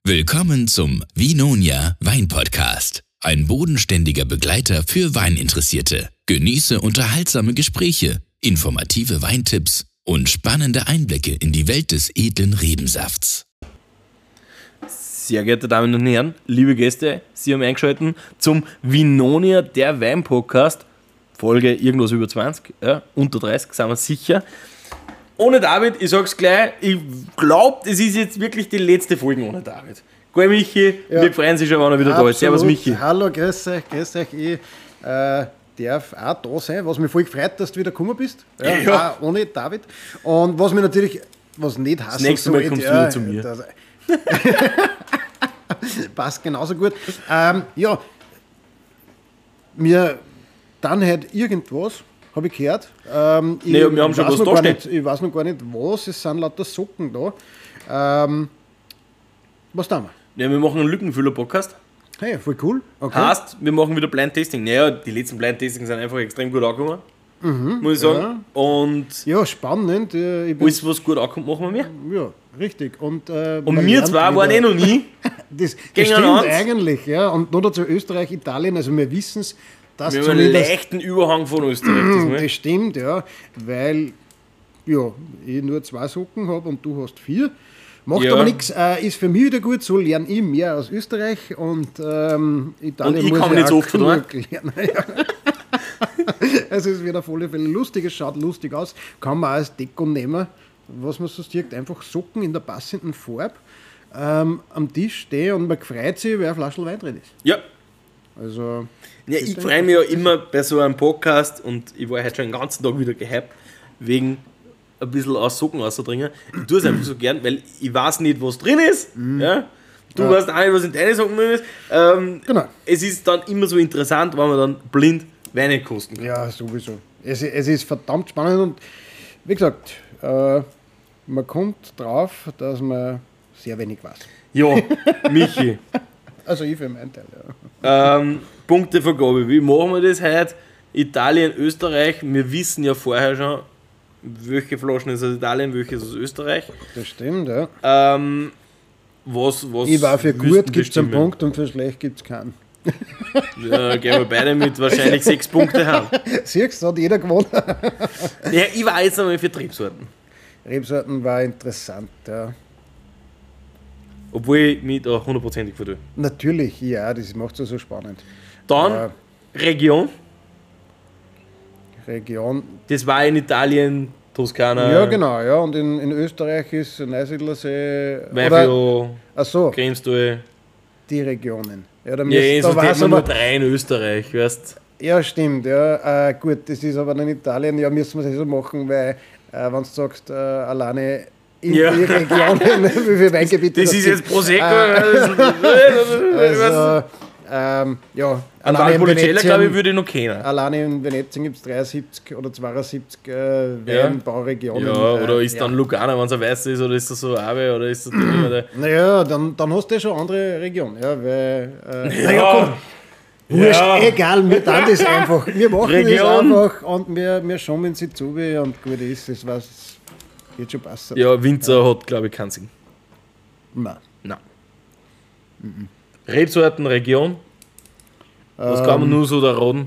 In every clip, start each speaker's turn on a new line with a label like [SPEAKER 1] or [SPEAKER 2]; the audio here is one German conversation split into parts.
[SPEAKER 1] Willkommen zum Vinonia Wein-Podcast. Ein bodenständiger Begleiter für Weininteressierte. Genieße unterhaltsame Gespräche, informative Weintipps und spannende Einblicke in die Welt des edlen Rebensafts.
[SPEAKER 2] Sehr geehrte Damen und Herren, liebe Gäste, Sie haben eingeschaltet zum Vinonia, der Wein-Podcast. Folge irgendwas über 20, ja, unter 30, sind wir sicher. Ohne David, ich sag's gleich, ich glaube, es ist jetzt wirklich die letzte Folge ohne David. Gell, Michi? Ja. Wir freuen uns schon, wenn er wieder da ist. Servus, Michi.
[SPEAKER 3] Hallo, grüß euch. Ich darf auch da sein, was mich voll gefreut, dass du wieder gekommen bist. Ja. Auch ohne David. Und was mich natürlich, was nicht heißt,
[SPEAKER 2] das nächste Mal kommst du wieder zu mir.
[SPEAKER 3] Passt genauso gut. Wir dann halt irgendwas, habe ich gehört.
[SPEAKER 2] Wir haben schon was da steht.
[SPEAKER 3] Ich weiß noch gar nicht, was, es sind lauter Socken da. Was tun wir?
[SPEAKER 2] Ja, wir machen einen Lückenfüller-Podcast.
[SPEAKER 3] Hey, voll cool. Okay.
[SPEAKER 2] Heißt, wir machen wieder Blind-Tasting. Naja, die letzten Blind-Tastings sind einfach extrem gut angekommen. Muss ich sagen.
[SPEAKER 3] Ja.
[SPEAKER 2] Und
[SPEAKER 3] ja, spannend.
[SPEAKER 2] alles, was gut ankommt, machen wir mehr.
[SPEAKER 3] Ja, richtig. Und
[SPEAKER 2] wir zwei waren noch nie.
[SPEAKER 3] Das stimmt eigentlich, ja. Und noch dazu Österreich, Italien, also wir wissen es, dass
[SPEAKER 2] wir haben einen leichten Überhang von Österreich.
[SPEAKER 3] Das stimmt, ja, weil ja, ich nur 2 Socken habe und du hast 4. Macht aber nichts, ist für mich wieder gut, so lerne ich mehr aus Österreich und Italien
[SPEAKER 2] und ich kann nicht so oft lernen.
[SPEAKER 3] Also es wird auf alle Fälle lustig, es schaut lustig aus, kann man auch als Deko nehmen, was man so sieht, einfach Socken in der passenden Farbe am Tisch stehen und man freut sich, wer eine Flasche Wein drin ist.
[SPEAKER 2] Ja.
[SPEAKER 3] Also,
[SPEAKER 2] ja, ich freue mich ja immer bei so einem Podcast und ich war heute schon den ganzen Tag wieder gehypt, wegen ein bisschen aus Socken rauszudringen. Ich tue es einfach so gern, weil ich weiß nicht, was drin ist. Ja? Du weißt auch nicht, was in deinen Socken drin ist.
[SPEAKER 3] Genau.
[SPEAKER 2] Es ist dann immer so interessant, wenn man dann blind Weine kosten kann.
[SPEAKER 3] Ja, sowieso. Es ist verdammt spannend und wie gesagt, man kommt drauf, dass man sehr wenig weiß.
[SPEAKER 2] Ja, Michi.
[SPEAKER 3] Also ich für meinen Teil, ja.
[SPEAKER 2] Punktevergabe. Wie machen wir das heute? Italien, Österreich. Wir wissen ja vorher schon, welche Flaschen ist aus Italien, welche ist aus Österreich.
[SPEAKER 3] Das stimmt, ja.
[SPEAKER 2] Was
[SPEAKER 3] ich war für gut gibt es einen Punkt und für schlecht gibt es keinen.
[SPEAKER 2] Ja, gehen wir beide mit wahrscheinlich 6 Punkte haben.
[SPEAKER 3] Siehst du, hat jeder gewonnen.
[SPEAKER 2] Ja, ich war jetzt einmal für Rebsorten.
[SPEAKER 3] Rebsorten war interessant, ja.
[SPEAKER 2] Obwohl ich mich da 100%ig vertue.
[SPEAKER 3] Natürlich, ja, das macht es so spannend.
[SPEAKER 2] Dann Region. Das war in Italien, Toskana.
[SPEAKER 3] Ja, genau, ja. Und in Österreich ist Neusiedlersee.
[SPEAKER 2] Weifel,
[SPEAKER 3] achso.
[SPEAKER 2] Kremstal.
[SPEAKER 3] Die Regionen. Ja,
[SPEAKER 2] da hat man nur 3 in Österreich, weißt
[SPEAKER 3] du? Ja, stimmt, ja. Gut, das ist aber in Italien, ja, müssen wir es so machen, weil, wenn du sagst, alleine in die Regionen, wie viele Weingebiete
[SPEAKER 2] das ist jetzt Prosecco.
[SPEAKER 3] Ja.
[SPEAKER 2] An Valpolicella, glaube ich, würde ich noch kennen.
[SPEAKER 3] Alleine in Venetien gibt es 73 oder 72 Weinbauregionen.
[SPEAKER 2] Ja, oder ist dann Lugano, wenn es ein Weißer ist, oder ist das so Ave, oder ist das
[SPEAKER 3] Naja, dann hast du ja schon andere Regionen. Ja, weil, komm. Wurscht, egal, wir tun das einfach. Wir machen das einfach und wir schommen sie zu und gut ist es, was wird schon passen.
[SPEAKER 2] Ja, Winzer hat, glaube ich, keinen Sinn.
[SPEAKER 3] Nein.
[SPEAKER 2] Rebsorten, Region. Was kann man nur so da raten?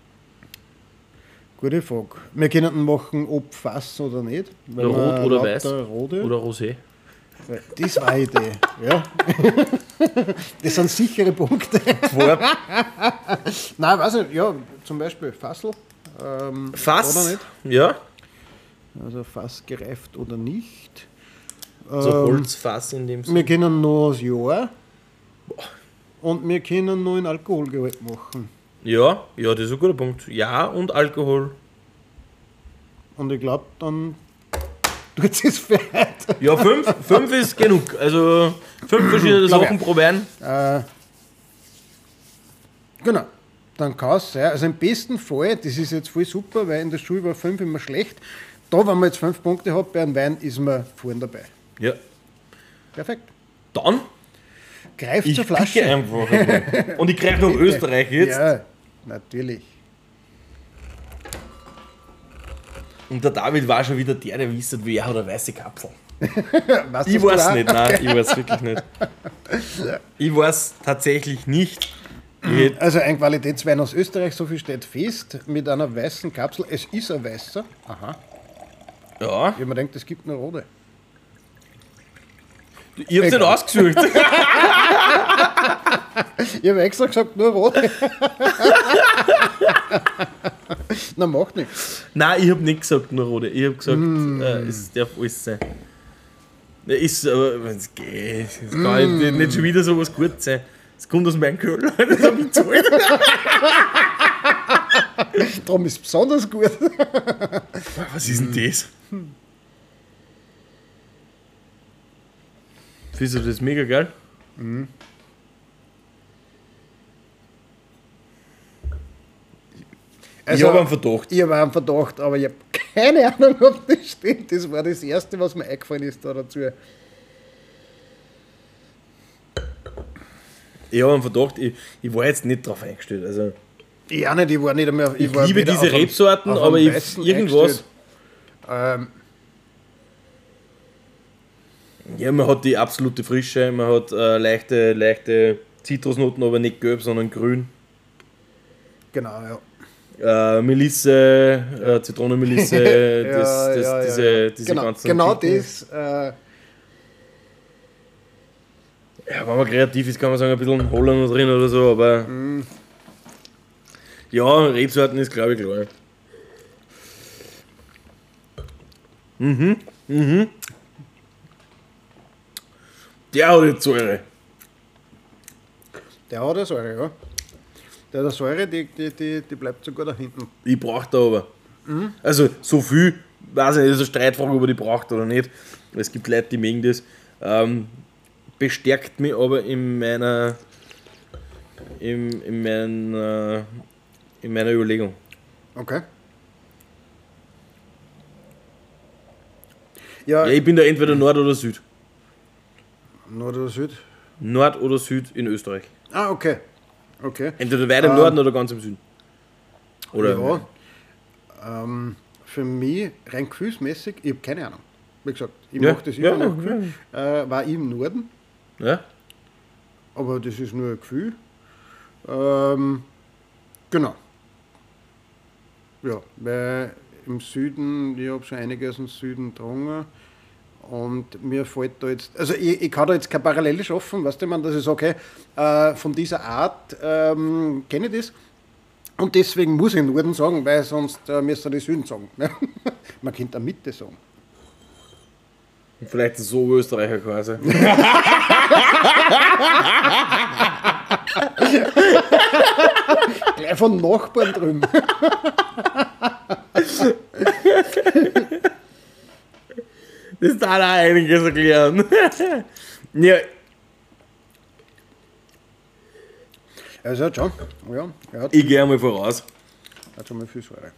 [SPEAKER 3] Gute Frage. Wir können machen, ob Fass oder nicht.
[SPEAKER 2] Rot oder weiß.
[SPEAKER 3] Rote.
[SPEAKER 2] Oder Rosé.
[SPEAKER 3] Das war eine Idee. Ja. Das sind sichere Punkte. Nein, weiß nicht. Ja, zum Beispiel Fassel.
[SPEAKER 2] Fass?
[SPEAKER 3] Oder nicht?
[SPEAKER 2] Ja.
[SPEAKER 3] Also Fass gereift oder nicht.
[SPEAKER 2] So Holzfass in dem Sinne.
[SPEAKER 3] Wir können noch das Jahr. Und wir können noch in Alkoholgehalt machen.
[SPEAKER 2] Ja, das ist ein guter Punkt. Ja, und Alkohol.
[SPEAKER 3] Und ich glaube, dann tut es für heute.
[SPEAKER 2] Ja, 5 ist genug. Also 5 verschiedene Sachen pro Wein.
[SPEAKER 3] Genau. Dann kann es sein. Also im besten Fall, das ist jetzt voll super, weil in der Schule war 5 immer schlecht. Da, wenn man jetzt 5 Punkte hat bei einem Wein, ist man vorne dabei.
[SPEAKER 2] Ja.
[SPEAKER 3] Perfekt.
[SPEAKER 2] Dann
[SPEAKER 3] greift zur Flasche.
[SPEAKER 2] Einfach. Und ich greife nach Österreich jetzt.
[SPEAKER 3] Ja, natürlich.
[SPEAKER 2] Und der David war schon wieder der wisst, wie er hat eine weiße Kapsel.
[SPEAKER 3] Weißt
[SPEAKER 2] Ich
[SPEAKER 3] das du
[SPEAKER 2] weiß
[SPEAKER 3] auch?
[SPEAKER 2] nicht, nein, ich weiß wirklich nicht. Ich weiß tatsächlich nicht. Ich hätte-
[SPEAKER 3] Also ein Qualitätswein aus Österreich, so viel steht fest, mit einer weißen Kapsel. Es ist ein weißer. Aha.
[SPEAKER 2] Ja,
[SPEAKER 3] Ich habe mir gedacht, es gibt nur rote.
[SPEAKER 2] ich hab's nicht
[SPEAKER 3] Egal.
[SPEAKER 2] ausgesucht.
[SPEAKER 3] Ich habe extra gesagt, nur rote. Na, macht nichts.
[SPEAKER 2] Nein, ich hab nicht gesagt, nur rote. Ich hab gesagt, es darf alles sein. Ja, ist aber, wenn es geht, es kann nicht schon wieder so was Gutes sein. Es kommt aus meinem Köller, das hab ich gezahlt.
[SPEAKER 3] Darum ist es besonders gut.
[SPEAKER 2] Was ist denn das? Findest du das mega geil? Ich habe einen Verdacht.
[SPEAKER 3] Ich habe einen Verdacht, aber ich habe keine Ahnung, ob das stimmt. Das war das Erste, was mir eingefallen ist da dazu.
[SPEAKER 2] Ich habe einen Verdacht, ich war jetzt nicht drauf eingestellt. Also,
[SPEAKER 3] Ich auch nicht, ich war nicht einmal.
[SPEAKER 2] ich
[SPEAKER 3] war
[SPEAKER 2] liebe
[SPEAKER 3] weder
[SPEAKER 2] diese
[SPEAKER 3] auf einen-
[SPEAKER 2] Rebsorten,
[SPEAKER 3] auf
[SPEAKER 2] aber
[SPEAKER 3] einen
[SPEAKER 2] ich,
[SPEAKER 3] Weißen
[SPEAKER 2] irgendwas.
[SPEAKER 3] eingestellt.
[SPEAKER 2] Ja, man hat die absolute Frische, man hat leichte Zitrusnoten, aber nicht gelb, sondern grün.
[SPEAKER 3] Genau, ja.
[SPEAKER 2] Melisse, Zitronenmelisse, diese
[SPEAKER 3] genau,
[SPEAKER 2] ganzen
[SPEAKER 3] genau
[SPEAKER 2] Geschichten.
[SPEAKER 3] das.
[SPEAKER 2] Ja, wenn man kreativ ist, kann man sagen, ein bisschen Holland drin oder so, aber. Ja, Rebsorten ist, glaube ich, klar. Der hat jetzt Säure.
[SPEAKER 3] Der hat eine Säure, ja. Der hat eine Säure, die bleibt sogar da hinten.
[SPEAKER 2] Ich brauche da aber. Also, so viel, weiß ich nicht, ist eine Streitfrage, ob ich die braucht oder nicht. Es gibt Leute, die mögen das. Bestärkt mich aber in meiner Überlegung.
[SPEAKER 3] Okay.
[SPEAKER 2] Ja, ich bin da entweder Nord oder Süd.
[SPEAKER 3] Nord oder Süd?
[SPEAKER 2] Nord oder Süd in Österreich.
[SPEAKER 3] Ah, okay. Okay.
[SPEAKER 2] Entweder weit im Norden oder ganz im Süden. Oder
[SPEAKER 3] Ja. Für mich, rein gefühlsmäßig, ich habe keine Ahnung. Wie gesagt, ich
[SPEAKER 2] Ja,
[SPEAKER 3] mache das
[SPEAKER 2] ja,
[SPEAKER 3] immer noch.
[SPEAKER 2] ja.
[SPEAKER 3] War ich im Norden,
[SPEAKER 2] Ja?
[SPEAKER 3] aber das ist nur ein Gefühl. Genau. Ja, weil im Süden, ich habe schon einiges im Süden getrunken und mir fällt da jetzt, also ich kann da jetzt keine Parallele schaffen, weißt du, ich meine, das ist okay, von dieser Art kenne ich das und deswegen muss ich Norden sagen, weil sonst müsste ich Süden sagen. Man könnte auch Mitte sagen.
[SPEAKER 2] Vielleicht ist es so Österreicher quasi.
[SPEAKER 3] Gleich von Nachbarn drüben.
[SPEAKER 2] Das darf auch einiges erklären. Ja,
[SPEAKER 3] Also hat schon, ja,
[SPEAKER 2] ich gehe einmal voraus.
[SPEAKER 3] hat schon mal viel Säure.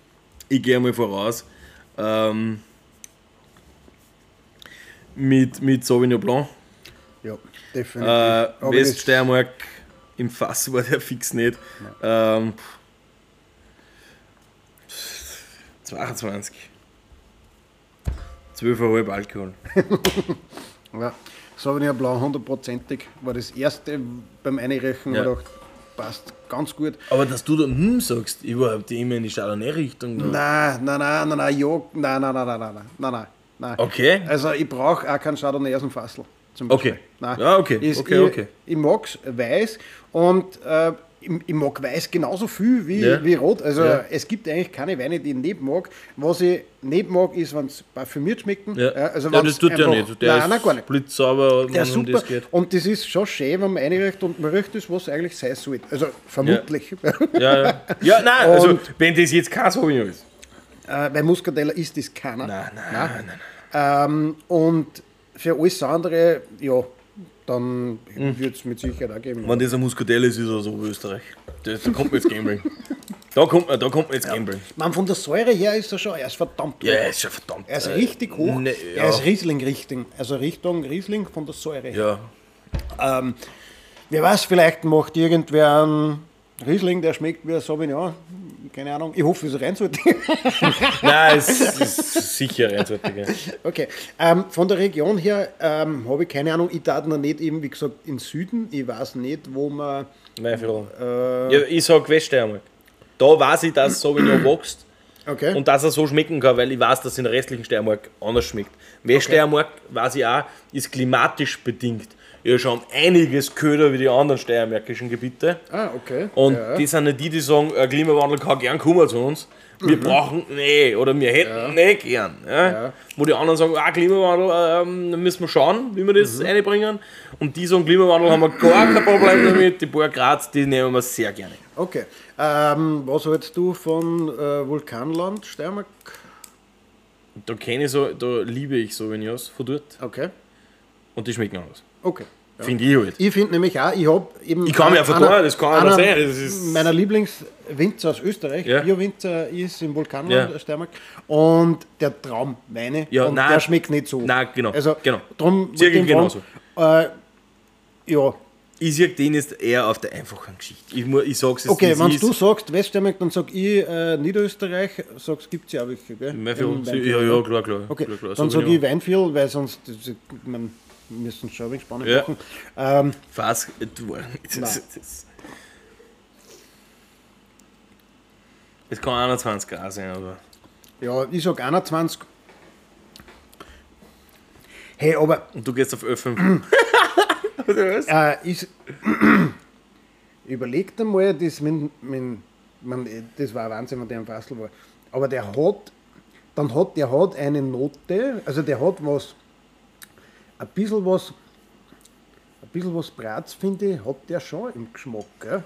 [SPEAKER 2] Mit Sauvignon Blanc.
[SPEAKER 3] Ja, definitiv. Aber
[SPEAKER 2] Weststeiermark im Fass war der fix nicht. 22. 12,5 Alkohol.
[SPEAKER 3] Ja, Sauvignon Blanc 100%ig war das erste beim Einreichen,
[SPEAKER 2] Ja.
[SPEAKER 3] ja. Gedacht, passt ganz gut.
[SPEAKER 2] Aber dass du da sagst, ich war immer in die Chardonnay-Richtung.
[SPEAKER 3] Nein, ja, nein.
[SPEAKER 2] Okay.
[SPEAKER 3] Also ich brauche auch keinen Chardonnay aus dem Fassel. Zum
[SPEAKER 2] Okay.
[SPEAKER 3] Beispiel. Nein.
[SPEAKER 2] Ja, okay, okay.
[SPEAKER 3] Ich mag es weiß und ich mag weiß genauso viel
[SPEAKER 2] Ja.
[SPEAKER 3] wie rot. Also
[SPEAKER 2] Ja.
[SPEAKER 3] es gibt eigentlich keine Weine, die ich nicht mag. Was ich nicht mag, ist, wenn sie parfümiert schmecken.
[SPEAKER 2] Ja.
[SPEAKER 3] Also
[SPEAKER 2] Ja,
[SPEAKER 3] wenn's
[SPEAKER 2] das tut ja
[SPEAKER 3] einfach-
[SPEAKER 2] nicht. Der
[SPEAKER 3] nein,
[SPEAKER 2] ist
[SPEAKER 3] gar nicht.
[SPEAKER 2] blitzsauber,
[SPEAKER 3] Der ist
[SPEAKER 2] wenn um
[SPEAKER 3] super.
[SPEAKER 2] das geht.
[SPEAKER 3] Und das ist schon schön, wenn man einreicht und man riecht das, was eigentlich sein sollte. Also vermutlich.
[SPEAKER 2] Ja. Ja, nein, also
[SPEAKER 3] Und-
[SPEAKER 2] wenn das jetzt kein Sauvignon ist.
[SPEAKER 3] Bei Muscatella ist das keiner.
[SPEAKER 2] Nein.
[SPEAKER 3] Und für alles andere, ja, dann wird es mit Sicherheit auch geben.
[SPEAKER 2] Wenn das ein Muscatell ist, ist er so Österreich. Da kommt man jetzt Gambling. Da kommt man jetzt Gambling.
[SPEAKER 3] Man, von der Säure her ist er schon, er ist verdammt
[SPEAKER 2] Ja,
[SPEAKER 3] hoch.
[SPEAKER 2] er ist schon verdammt.
[SPEAKER 3] Er ist richtig hoch.
[SPEAKER 2] Ne, ja.
[SPEAKER 3] Er ist Riesling-Richtung. Also Richtung Riesling von der Säure her.
[SPEAKER 2] Ja.
[SPEAKER 3] Wer weiß, vielleicht macht irgendwer einen Riesling, der schmeckt wie ein Sauvignon. keine Ahnung. Ich hoffe, es ist reinsortig.
[SPEAKER 2] Nein, es ist sicher reinsortig. Ja.
[SPEAKER 3] Okay. Von der Region her habe ich keine Ahnung. Ich darf noch nicht eben, wie gesagt, im Süden. Ich weiß nicht, wo man...
[SPEAKER 2] Ja, ich sage Weststeiermark. Da weiß ich, dass Sauvignon wächst.
[SPEAKER 3] Okay.
[SPEAKER 2] Und dass er so schmecken kann, weil ich weiß, dass es in der restlichen Steiermark anders schmeckt. Weststeiermark, weiß ich auch, ist klimatisch bedingt. Ja, schon einiges köder wie die anderen steiermärkischen Gebiete.
[SPEAKER 3] Ah, okay.
[SPEAKER 2] Und die sind nicht die sagen, Klimawandel kann gern kommen zu uns. Wir brauchen, oder wir hätten nicht gern. Ja. Wo die anderen sagen, Klimawandel, müssen wir schauen, wie wir das reinbringen. Und die sagen, Klimawandel haben wir gar kein Problem damit. Die paar Graz, die nehmen wir sehr gerne.
[SPEAKER 3] Okay. Was hältst du von Vulkanland, Steiermark?
[SPEAKER 2] Da liebe ich Sauvignons von dort.
[SPEAKER 3] Okay.
[SPEAKER 2] Und die schmecken anders.
[SPEAKER 3] Okay. Ja.
[SPEAKER 2] Finde ich halt.
[SPEAKER 3] Ich finde nämlich auch,
[SPEAKER 2] ich kann mir einfach da, das kann einer sein. Das ist
[SPEAKER 3] meiner Lieblingswinzer aus Österreich, Bio-Winzer, ist im Vulkanland, Steiermark. Und der Traumweine, und der schmeckt nicht so.
[SPEAKER 2] Nein, genau.
[SPEAKER 3] Also,
[SPEAKER 2] genau.
[SPEAKER 3] Drum
[SPEAKER 2] genauso.
[SPEAKER 3] Ja.
[SPEAKER 2] Ich sehe den jetzt eher auf der einfachen Geschichte. Ich sag's jetzt
[SPEAKER 3] okay, wenn du sagst Weststeiermark, dann sag ich Niederösterreich, gibt es ja auch welche, gell?
[SPEAKER 2] Ja, klar.
[SPEAKER 3] Okay,
[SPEAKER 2] klar.
[SPEAKER 3] dann sage ich Weinviertel, weil sonst, wir müssen es schon ein wenig spannend machen.
[SPEAKER 2] Fass, es kann 21 Grad sein, aber...
[SPEAKER 3] Ja, ich sag 21. Hey, aber...
[SPEAKER 2] Und du gehst auf 11,5. Oder was?
[SPEAKER 3] Überleg dir mal, das war ein Wahnsinn, wenn der im Fassel war. Aber der hat eine Note, also der hat ein bisschen was Bratz, finde ich, hat der schon im Geschmack. Gell?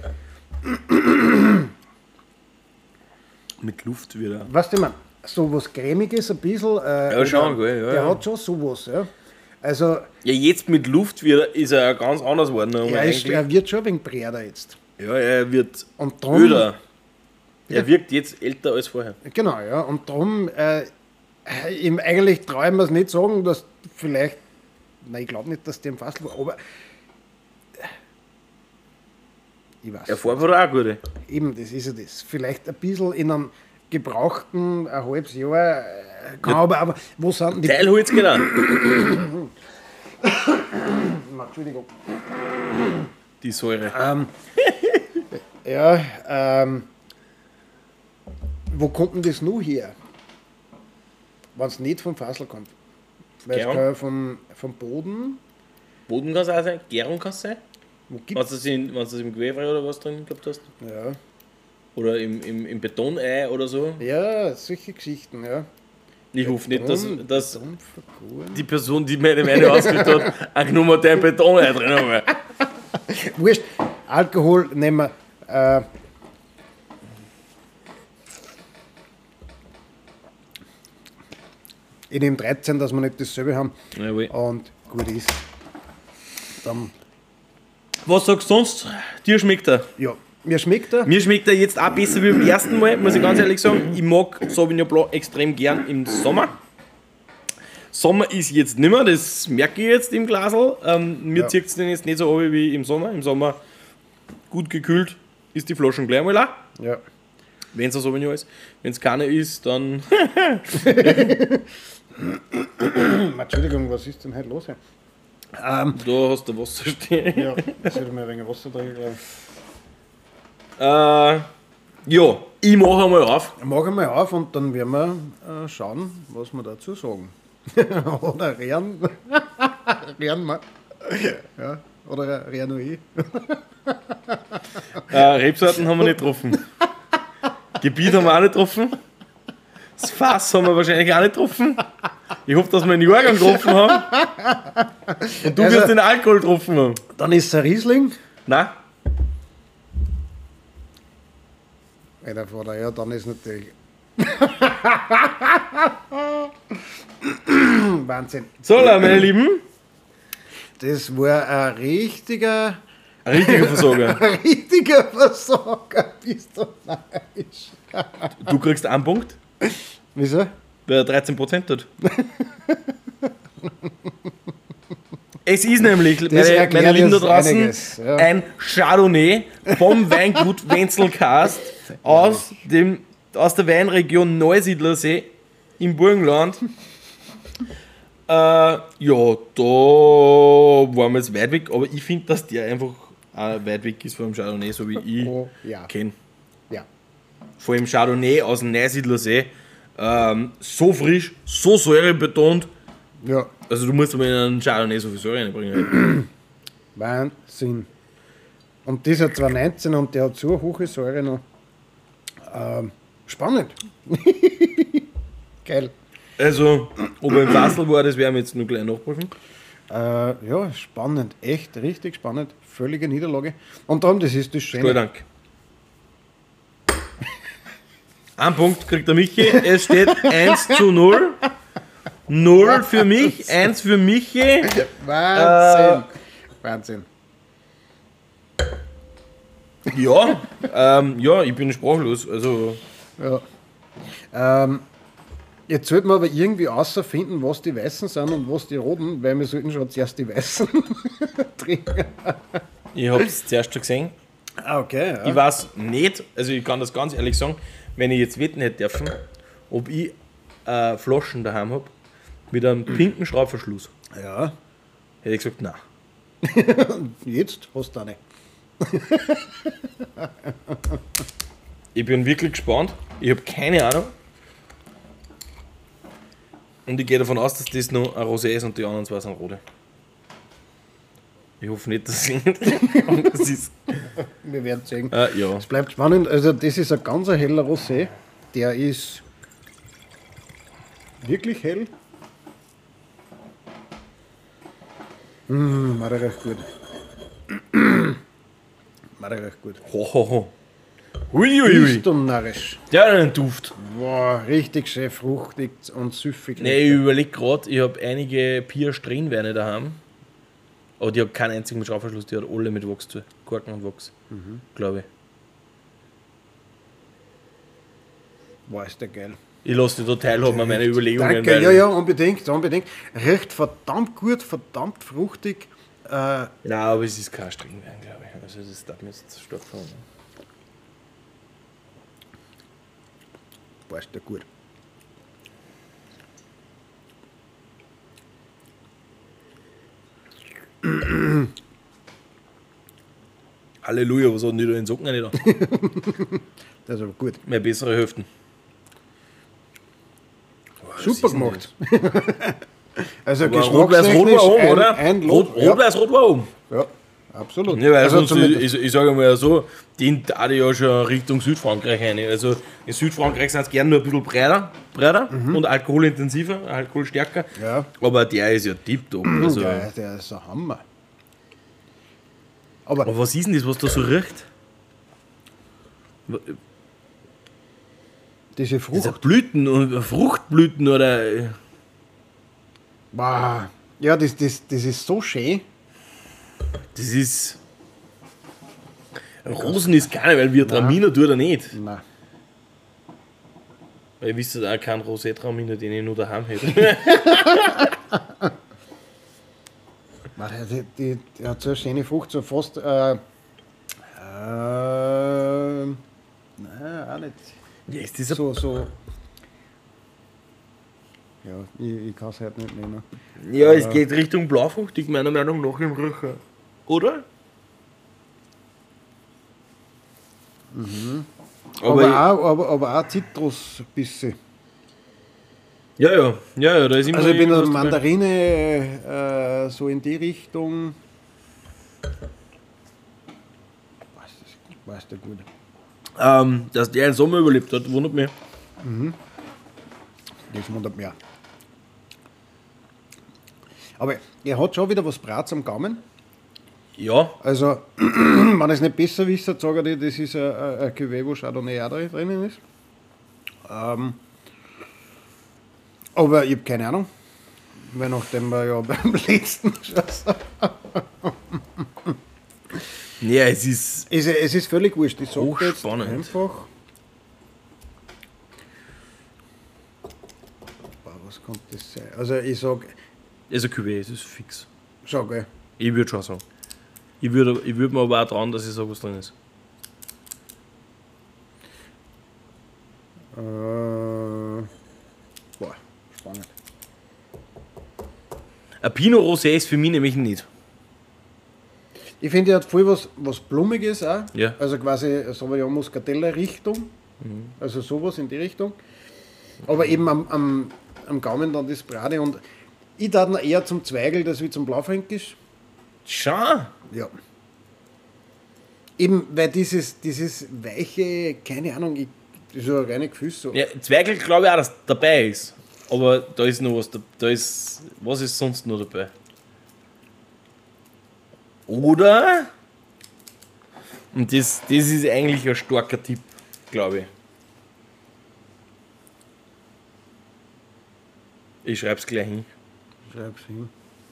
[SPEAKER 2] Mit Luft wieder.
[SPEAKER 3] Weißt du, ich meine, so was Cremiges ein bisschen.
[SPEAKER 2] Schon gut,
[SPEAKER 3] der hat schon sowas, ja. Also,
[SPEAKER 2] ja, jetzt mit Luft ist er ganz anders geworden.
[SPEAKER 3] Er wird schon ein wenig breiter jetzt.
[SPEAKER 2] Ja, er wird
[SPEAKER 3] drum,
[SPEAKER 2] öder. Er wirkt jetzt älter als vorher.
[SPEAKER 3] Genau, ja. Und darum, eigentlich traue ich mir es nicht sagen, dass vielleicht, nein, ich glaube nicht, dass der im Fassel war, aber ich weiß.
[SPEAKER 2] Der Farbe war auch gute.
[SPEAKER 3] Eben, das ist ja das. Vielleicht ein bisschen in einem gebrauchten, ein halbes Jahr, aber wo sind die...
[SPEAKER 2] Teilholz, genau.
[SPEAKER 3] Entschuldigung.
[SPEAKER 2] Die Säure.
[SPEAKER 3] Wo kommt denn das noch her? Wenn es nicht vom Fassel kommt. Weil es kann vom Boden.
[SPEAKER 2] Boden kann es auch sein, Gärung kann es sein.
[SPEAKER 3] Wo
[SPEAKER 2] Wenn du das im Gewähre oder was drin gehabt hast.
[SPEAKER 3] Ja.
[SPEAKER 2] Oder im Betonei oder so.
[SPEAKER 3] Ja, solche Geschichten, ja.
[SPEAKER 2] Ich hoffe nicht, dass die Person, die meine Weine ausgewählt hat, auch nur den Betonei drin hat.
[SPEAKER 3] Wurscht, Alkohol nehmen wir. Ich nehme 13, dass wir nicht dasselbe haben.
[SPEAKER 2] Jawohl.
[SPEAKER 3] Und gut ist. Dann,
[SPEAKER 2] was sagst du sonst? Dir schmeckt er?
[SPEAKER 3] ja, mir schmeckt er.
[SPEAKER 2] Mir schmeckt er jetzt auch besser wie beim ersten Mal, muss ich ganz ehrlich sagen. Ich mag Sauvignon Blanc extrem gern im Sommer. Sommer ist jetzt nicht mehr, das merke ich jetzt im Glasl. Mir zieht es den jetzt nicht so ab wie im Sommer. Im Sommer gut gekühlt ist die Flaschen gleich mal auch.
[SPEAKER 3] Ja.
[SPEAKER 2] Wenn es ein Sauvignon ist. Wenn es keine ist, dann...
[SPEAKER 3] Entschuldigung, was ist denn heute los?
[SPEAKER 2] Da hast du Wasser stehen.
[SPEAKER 3] Ja, ich sollte mal ein wenig Wasser trinken.
[SPEAKER 2] Ja, ich mache einmal auf.
[SPEAKER 3] Mach einmal auf und dann werden wir schauen, was wir dazu sagen. Oder rehren. Rehren wir. Ja, oder rehren nur ich.
[SPEAKER 2] Rebsorten haben wir nicht getroffen. Gebiet haben wir auch nicht getroffen. Das Fass haben wir wahrscheinlich auch nicht getroffen. Ich hoffe, dass wir einen Jahrgang getroffen haben. Und du wirst den Alkohol getroffen haben.
[SPEAKER 3] Dann ist es ein Riesling.
[SPEAKER 2] Nein.
[SPEAKER 3] Alter Vater, ja, dann ist natürlich... Wahnsinn.
[SPEAKER 2] So, meine Lieben.
[SPEAKER 3] Das war ein richtiger...
[SPEAKER 2] Ein richtiger Versorger.
[SPEAKER 3] Ein richtiger Versorger, bist du neidisch.
[SPEAKER 2] Du kriegst einen Punkt,
[SPEAKER 3] Wieso?
[SPEAKER 2] weil er 13% hat. Es ist nämlich, meine Lieben da draußen, einiges, ja. Ein Chardonnay vom Weingut Wenzelkast aus der Weinregion Neusiedlersee im Burgenland. Ja, da waren wir jetzt weit weg, aber ich finde, dass der einfach auch weit weg ist vom Chardonnay, so wie ich kenne.
[SPEAKER 3] Ja.
[SPEAKER 2] Vor allem Chardonnay aus dem Neusiedlersee. So frisch, so säurebetont.
[SPEAKER 3] Ja.
[SPEAKER 2] Also du musst aber in einen Chardonnay so viel Säure reinbringen.
[SPEAKER 3] Wahnsinn. Und dieser 2019 und der hat so eine hohe Säure noch. Spannend. Geil.
[SPEAKER 2] Also, ob er im Fassel war, das werden wir jetzt nur gleich nachprüfen.
[SPEAKER 3] Ja, spannend. Echt, richtig spannend. Völlige Niederlage. Und darum, das ist das Schöne.
[SPEAKER 2] Vielen Dank. Ein Punkt kriegt der Michi. Es steht 1:0. 0 für mich, 1 für Michi.
[SPEAKER 3] Wahnsinn. Wahnsinn.
[SPEAKER 2] Ja, ich bin sprachlos. Also.
[SPEAKER 3] Ja. Jetzt sollten wir aber irgendwie außerfinden, was die Weißen sind und was die Roten, weil wir sollten schon zuerst die Weißen trinken.
[SPEAKER 2] Ich habe es zuerst schon gesehen.
[SPEAKER 3] Okay. Ja.
[SPEAKER 2] Ich weiß nicht, also ich kann das ganz ehrlich sagen, wenn ich jetzt wetten hätte dürfen, ob ich Flaschen daheim habe mit einem pinken Schraubverschluss.
[SPEAKER 3] Ja.
[SPEAKER 2] Hätte ich gesagt, nein.
[SPEAKER 3] Jetzt hast du eine.
[SPEAKER 2] Ich bin wirklich gespannt. Ich habe keine Ahnung. Und ich gehe davon aus, dass das noch ein Rosé ist und die anderen zwei sind rote. Ich hoffe nicht, dass das ist.
[SPEAKER 3] Wir werden sehen.
[SPEAKER 2] Ja.
[SPEAKER 3] Es bleibt spannend. Also das ist ein ganz heller Rosé. Der ist wirklich hell. Macht er recht gut. Macht er recht gut.
[SPEAKER 2] Ho. Huiuiui.
[SPEAKER 3] Bist du narrisch.
[SPEAKER 2] Der hat einen Duft.
[SPEAKER 3] Wow, richtig schön fruchtig und süffig.
[SPEAKER 2] Nee, ich überlege gerade, ich habe einige Pier-Strenweine daheim. Aber die haben keinen einzigen mit Schraubverschluss, die hat alle mit Wachs zu. Korken und Wachs, glaube ich.
[SPEAKER 3] Wow, ist der geil.
[SPEAKER 2] Ich lasse dich da teilhaben an meine Überlegungen.
[SPEAKER 3] Danke, ja, unbedingt. Recht verdammt gut, verdammt fruchtig.
[SPEAKER 2] Nein, aber es ist kein Strenwein, glaube ich. Also das darf mir jetzt stark fahren.
[SPEAKER 3] Boah, ist der gut.
[SPEAKER 2] Halleluja, was hat denn die da in den Socken rein da?
[SPEAKER 3] Das ist aber gut.
[SPEAKER 2] Mehr bessere Hälften.
[SPEAKER 3] Super gemacht. Also
[SPEAKER 2] Rot-Weiß-Rot war oben, oder? Rot-Weiß-Rot war oben.
[SPEAKER 3] Ja, absolut.
[SPEAKER 2] Ja, weil
[SPEAKER 3] also
[SPEAKER 2] sonst, ich sage mal so, den da ja schon Richtung Südfrankreich rein. Also in Südfrankreich sind es gerne nur ein bisschen breiter und alkoholintensiver, alkoholstärker.
[SPEAKER 3] Ja.
[SPEAKER 2] Aber der ist ja tipptopp. Also.
[SPEAKER 3] Ja, der ist ein Hammer.
[SPEAKER 2] Aber was ist denn das, was da so riecht?
[SPEAKER 3] Diese Frucht.
[SPEAKER 2] Diese Blüten und Fruchtblüten oder.
[SPEAKER 3] Wow. Ja, das ist so schön.
[SPEAKER 2] Das ist. Rosen ist keine, weil wir Traminer tut er nicht.
[SPEAKER 3] Nein.
[SPEAKER 2] Weil ihr wisst auch keinen Rosé-Traminer, den ich nur daheim hätte.
[SPEAKER 3] Die hat so eine schöne Frucht, so fast. Nein, auch nicht.
[SPEAKER 2] Ja, ist das
[SPEAKER 3] So. Ja, ich kann es halt nicht nehmen.
[SPEAKER 2] Ja, es geht Richtung blaufruchtig, meiner Meinung nach im Rücher. Oder?
[SPEAKER 3] Aber auch Zitrus bisschen.
[SPEAKER 2] Ja, da ist immer.
[SPEAKER 3] Also ich bin eine Mandarine so in die Richtung. Weiß der gut.
[SPEAKER 2] Dass der den Sommer überlebt hat, wundert mich.
[SPEAKER 3] Das wundert mich auch. Aber er hat schon wieder was Bratz am Gaumen.
[SPEAKER 2] Ja.
[SPEAKER 3] Also, wenn ihr es nicht besser wisst, sage ich, das ist ein Cuvée, wo Chardonnay auch drinnen ist. Aber ich habe keine Ahnung. Weil nachdem wir ja beim letzten schon.
[SPEAKER 2] Ja, es ist.
[SPEAKER 3] Es ist völlig wurscht. Ich sage jetzt
[SPEAKER 2] hochspannend.
[SPEAKER 3] einfach. Was könnte das sein? Also ich sage.
[SPEAKER 2] Also Cuvée, es ist fix.
[SPEAKER 3] Schau, gell.
[SPEAKER 2] Ich würde schon sagen. Ich würde mir aber auch trauen, dass ich sage, was drin ist.
[SPEAKER 3] Boah, spannend.
[SPEAKER 2] Ein Pinot Rosé ist für mich nämlich nicht.
[SPEAKER 3] Ich finde, er hat voll was Blumiges auch.
[SPEAKER 2] Ja.
[SPEAKER 3] Also quasi Sauvignon Muscatella-Richtung. Also sowas in die Richtung. Aber eben am Gaumen dann das Brade. Und ich darf ihn eher zum Zweigel, das wie zum Blaufränkisch.
[SPEAKER 2] Schau.
[SPEAKER 3] Ja. Eben, weil dieses weiche, keine Ahnung, das ist so ein reines Gefühl. So.
[SPEAKER 2] Ja, Zweigel glaube ich auch, dass dabei ist. Aber da ist noch was. Was ist sonst noch dabei? Oder? Und das ist eigentlich ein starker Tipp, glaube ich. Ich schreibe es gleich hin.
[SPEAKER 3] Schreib's hin.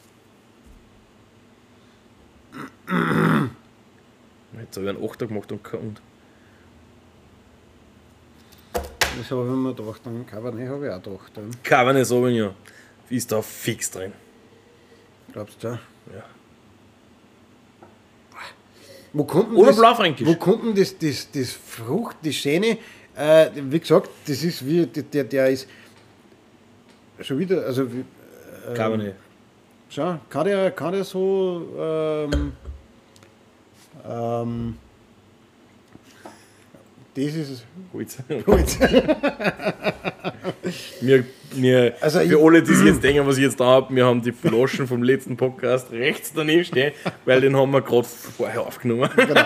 [SPEAKER 2] Jetzt habe ich einen 8er gemacht und kein und.
[SPEAKER 3] Das habe ich mir gedacht, dann Cabernet habe ich auch gedacht. Ja.
[SPEAKER 2] Cabernet Sauvignon ist da fix drin.
[SPEAKER 3] Glaubst du?
[SPEAKER 2] Ja.
[SPEAKER 3] Wo kommt denn
[SPEAKER 2] Oder
[SPEAKER 3] das,
[SPEAKER 2] Blaufränkisch.
[SPEAKER 3] Wo kommt denn das Frucht, die Schäne? Wie gesagt, das ist wie, der ist schon wieder, also wie,
[SPEAKER 2] Cabernet.
[SPEAKER 3] schau, kann der so das ist
[SPEAKER 2] Holz.
[SPEAKER 3] gut.
[SPEAKER 2] Also für alle, die sich jetzt denken, was ich jetzt da habe, wir haben die Flaschen vom letzten Podcast rechts daneben stehen, weil den haben wir gerade vorher aufgenommen.
[SPEAKER 3] Genau.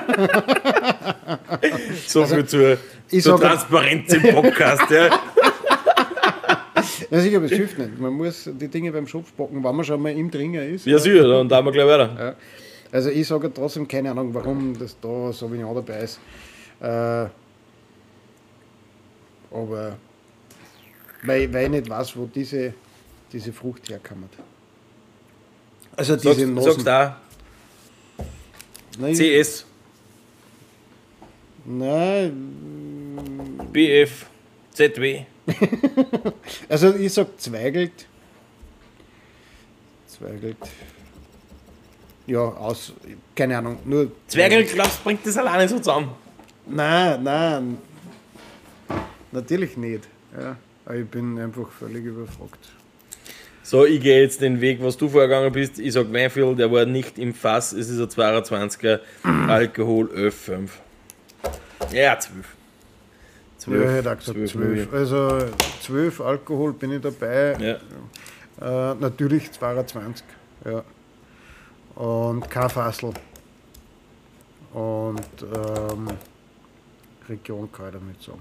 [SPEAKER 2] So viel zur
[SPEAKER 3] sag-
[SPEAKER 2] Transparenz im Podcast. Ja.
[SPEAKER 3] Ja, sicher, aber es hilft nicht. Man muss die Dinge beim Schopf packen, wenn man schon mal im Dringer ist.
[SPEAKER 2] Ja, sicher, dann da wir gleich weiter.
[SPEAKER 3] Ja. Also ich sage trotzdem keine Ahnung, warum das da Sauvignon dabei ist. Aber weil ich nicht weiß, wo diese Frucht herkommt. Also diese Nosen.
[SPEAKER 2] Sagst du auch
[SPEAKER 3] Nein,
[SPEAKER 2] CS,
[SPEAKER 3] Nein,
[SPEAKER 2] BF, ZW.
[SPEAKER 3] also ich sag Zweigelt. Ja, keine Ahnung, nur...
[SPEAKER 2] Zwergel, glaubst du, bringt das alleine so zusammen?
[SPEAKER 3] Nein, natürlich nicht. Ja, aber ich bin einfach völlig überfragt.
[SPEAKER 2] So, ich gehe jetzt den Weg, was du vorgegangen bist. Ich sag Weinviertel, der war nicht im Fass, es ist ein 22er, Alkohol 11,5. Ja, 12.
[SPEAKER 3] Ja, ich hätte auch gesagt 12. Also 12 Alkohol bin ich dabei.
[SPEAKER 2] Ja.
[SPEAKER 3] Natürlich 22. Ja. Und kein Fassel. Und Region kann ich damit sagen.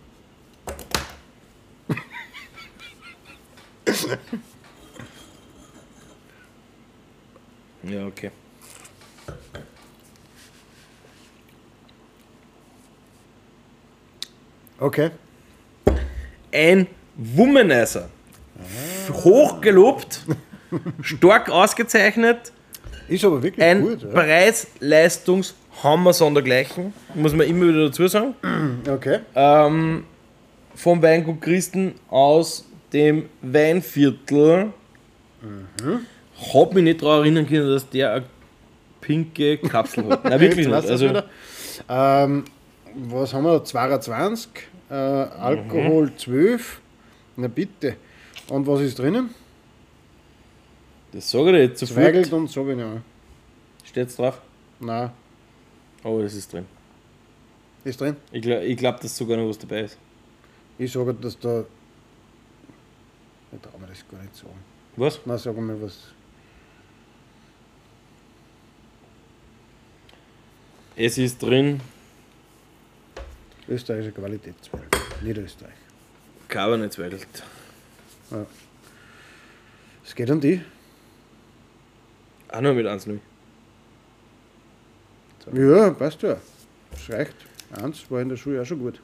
[SPEAKER 2] Ja, okay.
[SPEAKER 3] Okay.
[SPEAKER 2] Ein Womanizer. Hochgelobt, stark ausgezeichnet,
[SPEAKER 3] Ist aber wirklich
[SPEAKER 2] ein
[SPEAKER 3] gut. Ja.
[SPEAKER 2] Preis-Leistungs-Hammer sondergleichen, muss man immer wieder dazu sagen.
[SPEAKER 3] Okay.
[SPEAKER 2] Vom Weingut Christen aus dem Weinviertel. Hab mich nicht daran erinnern können, dass der eine pinke Kapsel hat. Nein, wirklich
[SPEAKER 3] Jetzt
[SPEAKER 2] nicht.
[SPEAKER 3] weißt du
[SPEAKER 2] Also,
[SPEAKER 3] wieder. Was haben wir? 22, Alkohol 12. Na bitte. Und was ist drinnen?
[SPEAKER 2] das sage ich dir jetzt
[SPEAKER 3] Zweigelt
[SPEAKER 2] sofort.
[SPEAKER 3] und Sauvignon.
[SPEAKER 2] Steht's drauf?
[SPEAKER 3] Nein,
[SPEAKER 2] Oh, das ist drin.
[SPEAKER 3] ist drin.
[SPEAKER 2] Ich glaube, dass sogar noch was dabei ist.
[SPEAKER 3] Ich sage, dass da. Ich traue mir das gar nicht sagen.
[SPEAKER 2] Was?
[SPEAKER 3] Na, sag mal was.
[SPEAKER 2] Es ist drin
[SPEAKER 3] Österreichische Qualitätswein. Niederösterreich.
[SPEAKER 2] Cabernet Zweigelt.
[SPEAKER 3] Es geht um die.
[SPEAKER 2] Auch nur mit 1,0.
[SPEAKER 3] Ja, passt ja. Das reicht. 1 war in der Schule auch schon gut.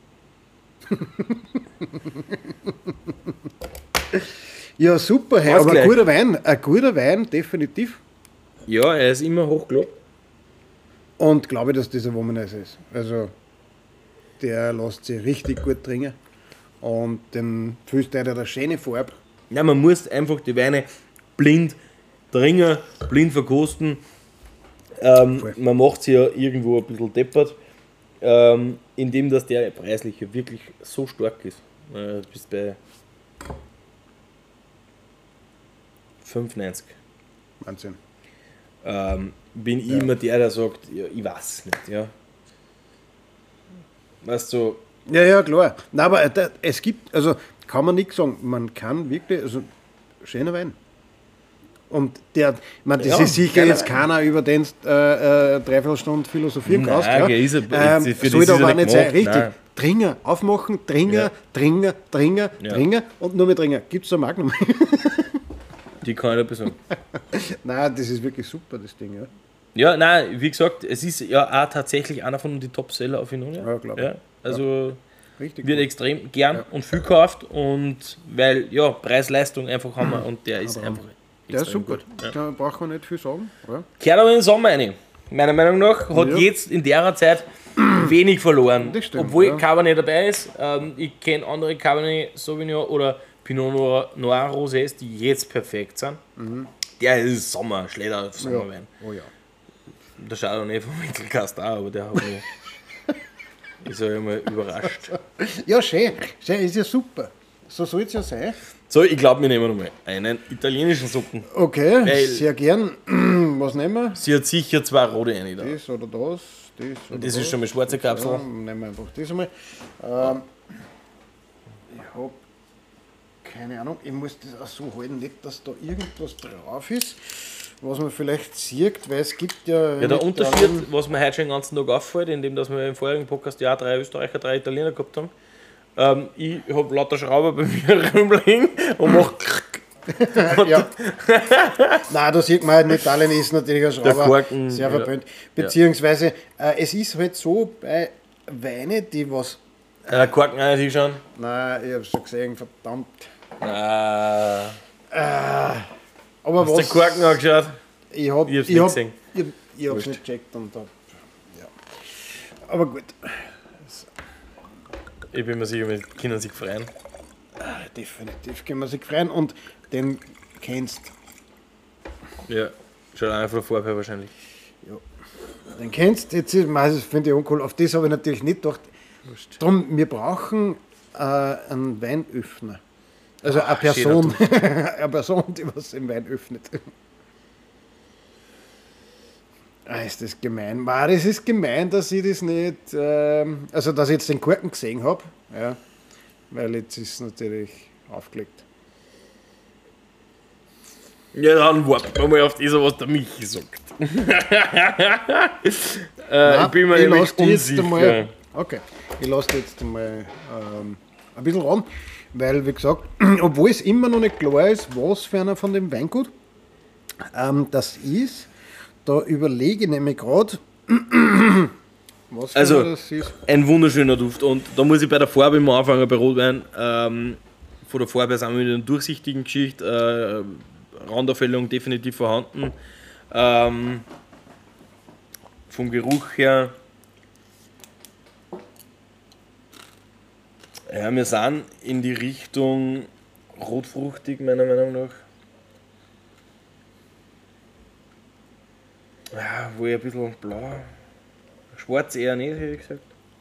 [SPEAKER 3] Ja, super, hey, aber
[SPEAKER 2] Ausgleich.
[SPEAKER 3] ein guter Wein, definitiv.
[SPEAKER 2] Ja, er ist immer hochgelobt.
[SPEAKER 3] Und glaube, dass das ein Womanizer ist. Also, der lässt sich richtig gut trinken. Und den fühlst du der schöne Farbe.
[SPEAKER 2] Ja, man muss einfach die Weine blind Trinken, blind verkosten. Man macht sie ja irgendwo ein bisschen deppert, indem dass der preislich ja wirklich so stark ist. Du bist bei 5,90.
[SPEAKER 3] Wahnsinn.
[SPEAKER 2] Bin ich immer der sagt, ja, ich weiß nicht, ja. Weißt du.
[SPEAKER 3] Ja, klar. Nein, aber es gibt, also kann man nichts sagen, man kann wirklich, also schöner Wein. Und das ist sicher jetzt keiner, über den dreiviertel Stunde philosophieren kannst. Ja. Soll aber nicht sein. Richtig. Nein. Trinken, aufmachen, trinken und nur mehr trinken. Gibt es da Magnum?
[SPEAKER 2] Die kann ich nicht besorgen.
[SPEAKER 3] Nein, das ist wirklich super, das Ding. Ja.
[SPEAKER 2] Ja, nein, wie gesagt, es ist ja auch tatsächlich einer von den Top-Seller auf Inonia.
[SPEAKER 3] Ja, glaube ich.
[SPEAKER 2] Ja, also
[SPEAKER 3] richtig
[SPEAKER 2] wird
[SPEAKER 3] gut.
[SPEAKER 2] extrem gern und viel gekauft und weil, ja, Preis-Leistung einfach haben wir und der ist einfach
[SPEAKER 3] der ist super.
[SPEAKER 2] gut. Ja.
[SPEAKER 3] Da braucht man nicht viel sagen. Ja.
[SPEAKER 2] Kehrt aber in den Sommer rein. Meiner Meinung nach hat jetzt in der Zeit wenig verloren.
[SPEAKER 3] Das stimmt,
[SPEAKER 2] obwohl Cabernet dabei ist. Ich kenne andere Cabernet Sauvignon oder Pinot Noir Rosés, die jetzt perfekt sind. Der ist Sommer, Schläder Sommerwein.
[SPEAKER 3] Oh ja.
[SPEAKER 2] Der schaut auch nicht vom Mittelkast an, aber der hat mich ist ja immer überrascht.
[SPEAKER 3] Ja, schön. Ist ja super. So soll es ja sein.
[SPEAKER 2] So, ich glaube, wir nehmen nochmal einen italienischen Suppen.
[SPEAKER 3] Okay,
[SPEAKER 2] Weil
[SPEAKER 3] sehr gern. Was nehmen wir?
[SPEAKER 2] Sie hat sicher 2 rote rein.
[SPEAKER 3] Das oder das.
[SPEAKER 2] Das ist schon mal schwarze Kapsel.
[SPEAKER 3] Ja, nehmen wir einfach das einmal. Ich habe keine Ahnung, ich muss das auch so halten, nicht, dass da irgendwas drauf ist, was man vielleicht sieht, weil es gibt ja...
[SPEAKER 2] Ja, der Unterschied, was mir heute schon den ganzen Tag auffällt, indem dass wir im vorherigen Podcast ja 3 Österreicher, 3 Italiener gehabt haben, ich habe lauter Schrauber bei mir rumliegen und mache...
[SPEAKER 3] Ja. Nein, da sieht man halt, in Italien ist natürlich ein Schrauber sehr verpönt. Beziehungsweise, es ist halt so, bei Weine, die was...
[SPEAKER 2] Korken auch nicht hinschauen?
[SPEAKER 3] Nein, ich hab's schon gesehen, verdammt.
[SPEAKER 2] Aber
[SPEAKER 3] Aber
[SPEAKER 2] hast du den Korken angeschaut?
[SPEAKER 3] Ich hab's
[SPEAKER 2] nicht
[SPEAKER 3] gesehen. Ich hab's nicht gecheckt und ja. Aber gut.
[SPEAKER 2] Ich bin mir sicher, wir können sich freuen.
[SPEAKER 3] Definitiv können wir sich freuen und den kennst.
[SPEAKER 2] Ja, schaut einfach von der Farbe her wahrscheinlich.
[SPEAKER 3] Ja. Den kennst, jetzt ist, das finde ich uncool. Auf das habe ich natürlich nicht gedacht. Darum, wir brauchen einen Weinöffner. Also eine Person, eine Person, die was im Wein öffnet. Ist das gemein? Das ist gemein, dass ich das nicht, also dass ich jetzt den Korken gesehen habe, ja, weil jetzt ist es natürlich aufgelegt.
[SPEAKER 2] Ja, dann warten wir mal auf das, was der Michi sagt.
[SPEAKER 3] Nein,
[SPEAKER 2] ich bin mir nämlich unsicher.
[SPEAKER 3] Okay, ich lasse jetzt einmal ein bisschen ran, weil, wie gesagt, obwohl es immer noch nicht klar ist, was für einer von dem Weingut das ist, da überlege ich nämlich gerade, was für
[SPEAKER 2] also,
[SPEAKER 3] das ist.
[SPEAKER 2] Ein wunderschöner Duft und da muss ich bei der Farbe immer anfangen, bei Rotwein. Von der Farbe sind wir mit einer durchsichtigen Geschichte, Randaufhellung definitiv vorhanden. Vom Geruch her, ja, wir sind in die Richtung rotfruchtig, meiner Meinung nach. Ja, wo ein bisschen blau, schwarz eher nicht, hätte ich gesagt.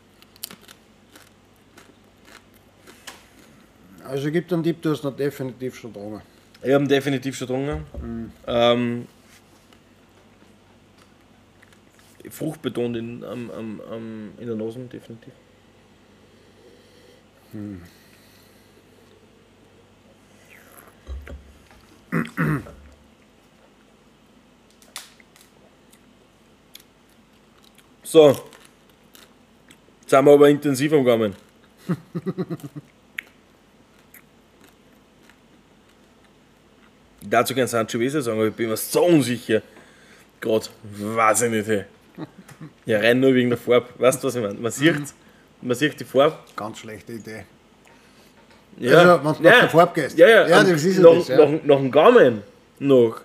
[SPEAKER 3] Also gibt einen Tipp, du hast noch definitiv schon dran.
[SPEAKER 2] Ich habe ihn definitiv schon getrunken. Fruchtbetont in der Nase, definitiv. So, jetzt sind wir aber intensiv am Gaumen. Dazu kann Sangiovese sagen, aber ich bin mir so unsicher. Gerade, weiß ich nicht. Hey. Ja, rein nur wegen der Farbe. Weißt du, was ich meine? Man sieht die Farbe.
[SPEAKER 3] Ganz schlechte Idee.
[SPEAKER 2] Ja.
[SPEAKER 3] Also, wenn du nach der Farbe gehst.
[SPEAKER 2] Ja,
[SPEAKER 3] das ist
[SPEAKER 2] noch,
[SPEAKER 3] das, ja.
[SPEAKER 2] Noch dem Gaumen. Noch.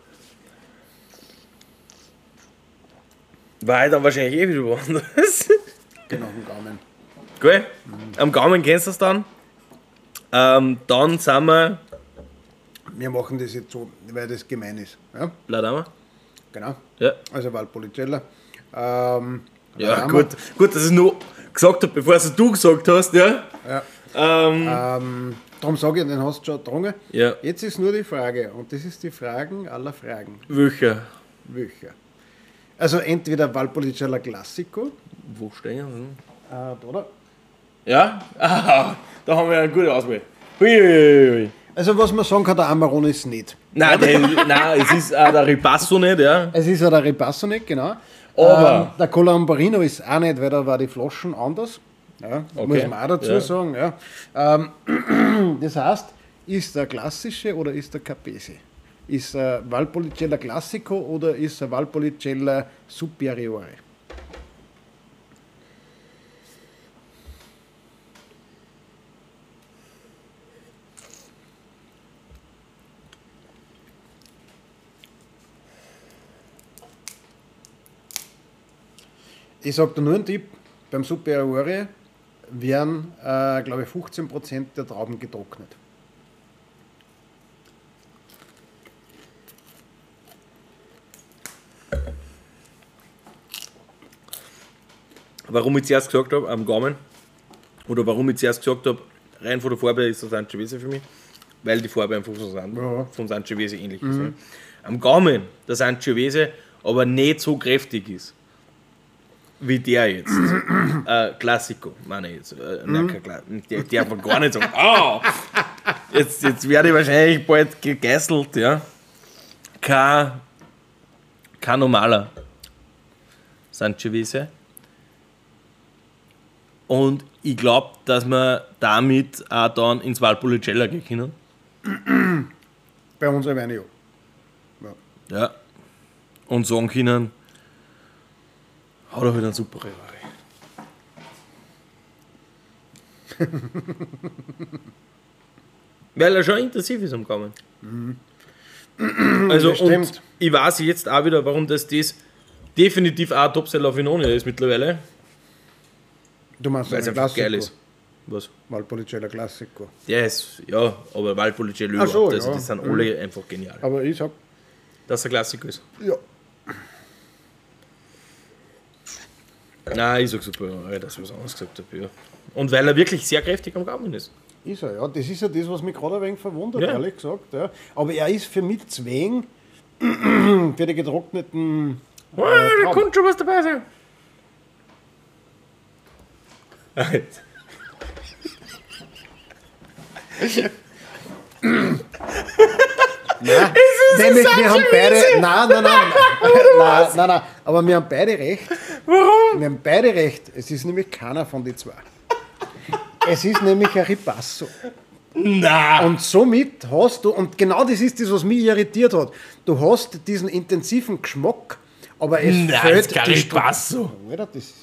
[SPEAKER 2] War halt dann wahrscheinlich wieder woanders.
[SPEAKER 3] Genau, am Gaumen.
[SPEAKER 2] Cool. Am Gaumen kennst du es dann. Dann sind wir
[SPEAKER 3] wir machen das jetzt so, weil das gemein ist. Ja?
[SPEAKER 2] Ladama?
[SPEAKER 3] Genau.
[SPEAKER 2] Ja.
[SPEAKER 3] Also Valpolicella.
[SPEAKER 2] Ja,
[SPEAKER 3] Ladama.
[SPEAKER 2] gut, dass ich es nur gesagt habe, bevor es du gesagt hast, ja.
[SPEAKER 3] Ja. Darum sage ich, den hast du schon getrunken.
[SPEAKER 2] Ja.
[SPEAKER 3] Jetzt ist nur die Frage, und das ist die Fragen aller Fragen.
[SPEAKER 2] Welcher?
[SPEAKER 3] Welcher? Also entweder Valpolicella Classico,
[SPEAKER 2] Wo stehen
[SPEAKER 3] oder?
[SPEAKER 2] Ja? Ah, da haben wir eine gute Auswahl. Hui.
[SPEAKER 3] Also was man sagen kann, der Amarone ist nicht.
[SPEAKER 2] Nein, es ist auch der Ripasso nicht, ja.
[SPEAKER 3] Es ist ja der Ripasso nicht, genau.
[SPEAKER 2] Aber-
[SPEAKER 3] der Colombarino ist auch nicht, weil da war die Flaschen anders. Ja,
[SPEAKER 2] Okay.
[SPEAKER 3] muss man auch dazu
[SPEAKER 2] Ja.
[SPEAKER 3] sagen. Ja. Das heißt, ist der klassische oder ist der Capese? Ist der Valpolicella Classico oder ist der Valpolicella Superiore? Ich sage dir nur einen Tipp, beim Superiore werden, glaube ich, 15% der Trauben getrocknet.
[SPEAKER 2] Warum ich zuerst gesagt habe, am Gaumen, oder warum ich zuerst gesagt habe, rein von der Farbe ist das Sangiovese für mich, weil die Farbe einfach von Sangiovese ähnlich ist. Ja. Am Gaumen der Sangiovese aber nicht so kräftig ist, wie der jetzt. Classico, meine ich jetzt. Nein, kein der darf man gar nicht sagen. Au! Jetzt werde ich wahrscheinlich bald gegeißelt, ja. Kein normaler Sangiovese. Und ich glaube, dass wir damit auch dann ins Valpolicella gehen können.
[SPEAKER 3] Bei uns eine ja.
[SPEAKER 2] Ja. Und sagen können, hat er halt einen super Rivare. Weil er schon intensiv ist am Gaumen. Also,
[SPEAKER 3] Das
[SPEAKER 2] und
[SPEAKER 3] stimmt.
[SPEAKER 2] ich weiß jetzt auch wieder, warum das definitiv auch ein Topseller auf Vinoni ist mittlerweile.
[SPEAKER 3] Du meinst
[SPEAKER 2] Weil es
[SPEAKER 3] einen
[SPEAKER 2] einfach geil
[SPEAKER 3] Classico.
[SPEAKER 2] ist. Was?
[SPEAKER 3] Valpolicella Classico.
[SPEAKER 2] Der ist, ja, aber Valpolicella
[SPEAKER 3] Ach so,
[SPEAKER 2] überhaupt. Also,
[SPEAKER 3] ja.
[SPEAKER 2] die sind alle einfach genial.
[SPEAKER 3] Aber ich sag,
[SPEAKER 2] Dass er Klassiker ist.
[SPEAKER 3] ja.
[SPEAKER 2] Nein, ich sag super, dass ich was anderes gesagt habe, ja. Und weil er wirklich sehr kräftig am Gaumen ist.
[SPEAKER 3] Ist er, ja. Das ist ja das, was mich gerade ein wenig verwundert,
[SPEAKER 2] Ja.
[SPEAKER 3] ehrlich gesagt. Ja. Aber er ist für mich zu wenig für die getrockneten.
[SPEAKER 2] Oh, da
[SPEAKER 3] Trauben.
[SPEAKER 2] könnte schon was dabei sein.
[SPEAKER 3] Nämlich, wir haben beide. Nein, aber wir haben beide recht.
[SPEAKER 2] Warum?
[SPEAKER 3] Wir haben beide recht. Es ist nämlich keiner von den zwei. Es ist nämlich ein Ripasso.
[SPEAKER 2] Na.
[SPEAKER 3] Und somit hast du, und genau das ist das, was mich irritiert hat, du hast diesen intensiven Geschmack, aber es
[SPEAKER 2] Nein,
[SPEAKER 3] fehlt
[SPEAKER 2] das ist gar
[SPEAKER 3] die
[SPEAKER 2] nicht
[SPEAKER 3] Struktur.
[SPEAKER 2] Passo.
[SPEAKER 3] Alter, das ist